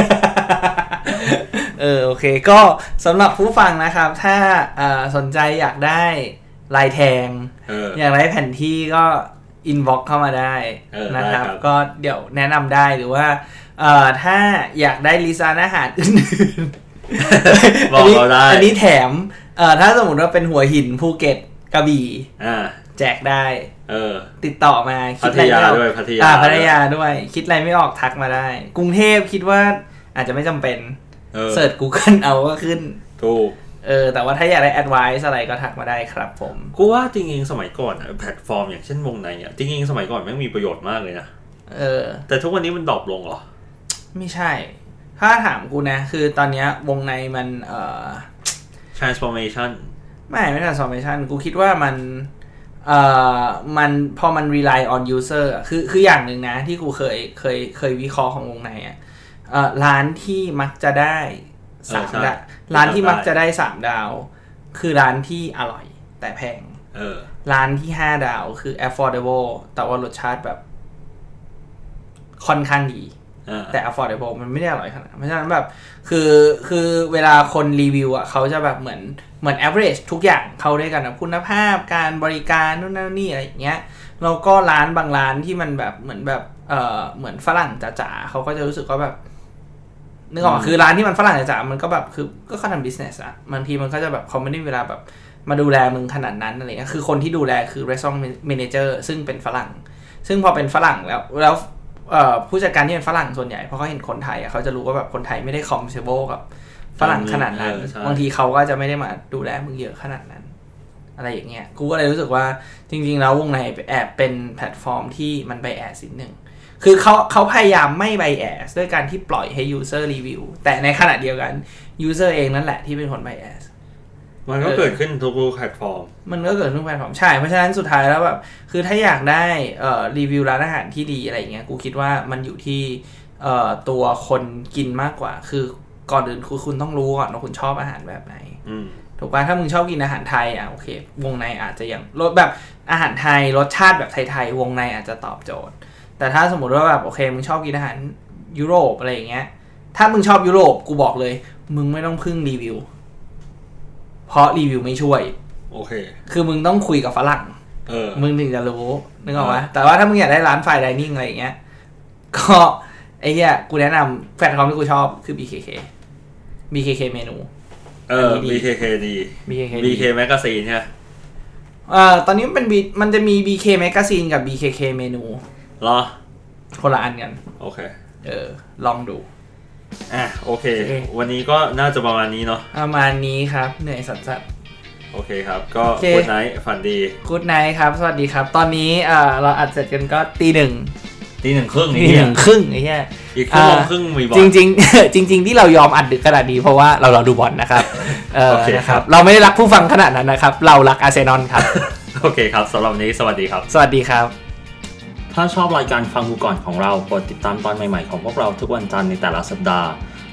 เออโอเคก็สำหรับผู้ฟังนะครับถ้าสนใจอยากได้ลายแทงอ, ออยากได้แผ่นที่ก็อินบ็อกซ์เข้ามาได้นะครับก็เดี๋ยวแนะนำได้หรือว่าเอ่อถ้าอยากได้ลิสต์ร้านอาหารอื่นๆบอกเราได้อันนี้แถมเอ่อถ้าสมมติว่าเป็นหัวหินภูเก็ตกระบี่อ่าแจกได้เออติดต่อมาคิดอะไรไม่ออกพัทยาอ่าพัทยาด้วยคิดอะไรไม่ออกทักมาได้กรุงเทพคิดว่าอาจจะไม่จำเป็นเสิร์ช Google เอาก็ขึ้นถูกเออแต่ว่าถ้าอยากได้ advice อะไรก็ทักมาได้ครับผมกูว่าจริงๆสมัยก่อนแพลตฟอร์มอย่างเช่นวงในอ่ะจริงๆสมัยก่อนแม่งมีประโยชน์มากเลยนะเออแต่ทุกวันนี้มันดรอปลงเหรอไม่ใช่ถ้าถามกูนะคือตอนนี้วงในมันเอ่อ transformation ไม่ไม่ transformation กูคิดว่ามันเอ่อมันพอมัน rely on user อ่ะคือคืออย่างหนึ่งนะที่กูเคยเคยเคยวิเคราะห์ของวงในอ่ะเอ่อร้านที่มักจะได้สามดาวร้านที่มักจะได้สามดาวคือร้านที่อร่อยแต่แพงเออร้านที่ห้าดาวคือ affordable แต่ว่ารสชาติแบบค่อนข้างดีแต่ affordable มันไม่ได้อร่อยขนาดนั้นเพราะฉะนั้นแบบคือคือเวลาคนรีวิวอ่ะเขาจะแบบเหมือนเหมือน average ทุกอย่างเข้าด้วยกันนะคุณภาพการบริการนู่นนั่นนี่อะไรอย่างเงี้ยแล้วก็ร้านบางร้านที่มันแบบเหมือนแบบเอ่อเหมือนฝรั่งจ๋าๆเขาก็จะรู้สึกว่าแบบนึกออกคือร้านที่มันฝรั่งจ๋าๆมันก็แบบคือก็เขาทำ business อะบางทีมันก็จะแบบเขาไม่ได้เวลาแบบมาดูแลมึงขนาดนั้นอะไรเงี้ยคือคนที่ดูแลคือ restaurant manager ซึ่งเป็นฝรั่งซึ่งพอเป็นฝรั่งแล้วแล้วผู้จัดการที่เป็นฝรั่งส่วนใหญ่เพราะเขาเห็นคนไทยเขาจะรู้ว่าแบบคนไทยไม่ได้ compatible กับฝรั่งขนาดนั้นบางทีเขาก็จะไม่ได้มาดูแลมึงเยอะขนาดนั้นอะไรอย่างเงี้ยกูก็เลยรู้สึกว่าจริงๆแล้ววงในแอบเป็นแพลตฟอร์มที่มันไบแอสนิดนึงคือเขาเขาพยายามไม่ไบแอสด้วยการที่ปล่อยให้ user review แต่ในขณะเดียวกัน user เองนั่นแหละที่เป็นคนไบแอสมันก็เกิดขึ้นทุกแพลตฟอร์มมันก็เกิดทุกแพลตฟอร์มใช่เพราะฉะนั้นสุดท้ายแล้วแบบคือถ้าอยากได้เอ่อรีวิวร้านอาหารที่ดีอะไรอย่างเงี้ยกูคิดว่ามันอยู่ที่เอ่อตัวคนกินมากกว่าคือก่อนอื่นคือคุณต้องรู้ก่อนว่าคุณชอบอาหารแบบไหนถูกป่ะถ้ามึงชอบกินอาหารไทยอ่ะโอเควงในอาจจะยังรสแบบอาหารไทยรสชาติแบบไทยๆวงในอาจจะตอบโจทย์แต่ถ้าสมมติว่าแบบโอเคมึงชอบกินอาหารยุโรปอะไรอย่างเงี้ยถ้ามึงชอบยุโรปกูบอกเลยมึงไม่ต้องพึ่งรีวิวเพราะรีวิวไม่ช่วยโอเคคือมึงต้องคุยกับฝรั่งเออมึงถึงจะรู้นึกออกไหมแต่ว่าถ้ามึงอยากได้ร้านไฟน์ไดนิ่งอะไรอย่างเงี้ยก็ไอ้เหี้ยกูแนะนำแพลตฟอร์มที่กูชอบคือ บี เค เค บี เค เค เมนูเออ บี เค เค ดีบี เค เคบี เค Magazine ใช่เอ่อตอนนี้มันเป็นมันจะมี บี เค Magazine กับ บี เค เค เมนูเหรอคนละอันกันโอเคเออลองดูอ่ะโอเควันนี้ก็น่าจะประมาณนี้เนาะประมาณนี้ครับเหนื่อยสัสๆโอเคครับก็กู๊ดไนท์ฝันดีกู๊ดไนท์ครับสวัสดีครับตอนนี้เอ่อเราอัดเสร็จกันก็ตีหนึ่งตีหนึ่งครึ่งตีหนึ่งครึ่งไอ้เหี้ยอีกครึ่งครึ่งมีบอลจริงๆจริงๆที่เรายอมอัดดึกขนาดนี้เพราะว่าเราเราดูบอลนะครับเออนะครับเราไม่ได้รักผู้ฟังขนาดนั้นนะครับเรารักอาร์เซนอลครับโอเคครับสำหรับวันนี้สวัสดีครับสวัสดีครับถ้าชอบรายการฟังกูก่อนของเรากดติดตามตอนใหม่ๆของพวกเราทุกวันจันทร์ในแต่ละสัปดาห์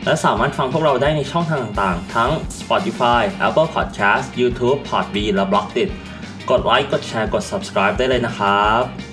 และสามารถฟังพวกเราได้ในช่องทางต่างๆทั้ง Spotify, Apple Podcast, YouTube, Podbean และ Blogdit กดไลค์กดแชร์กด Subscribe ได้เลยนะครับ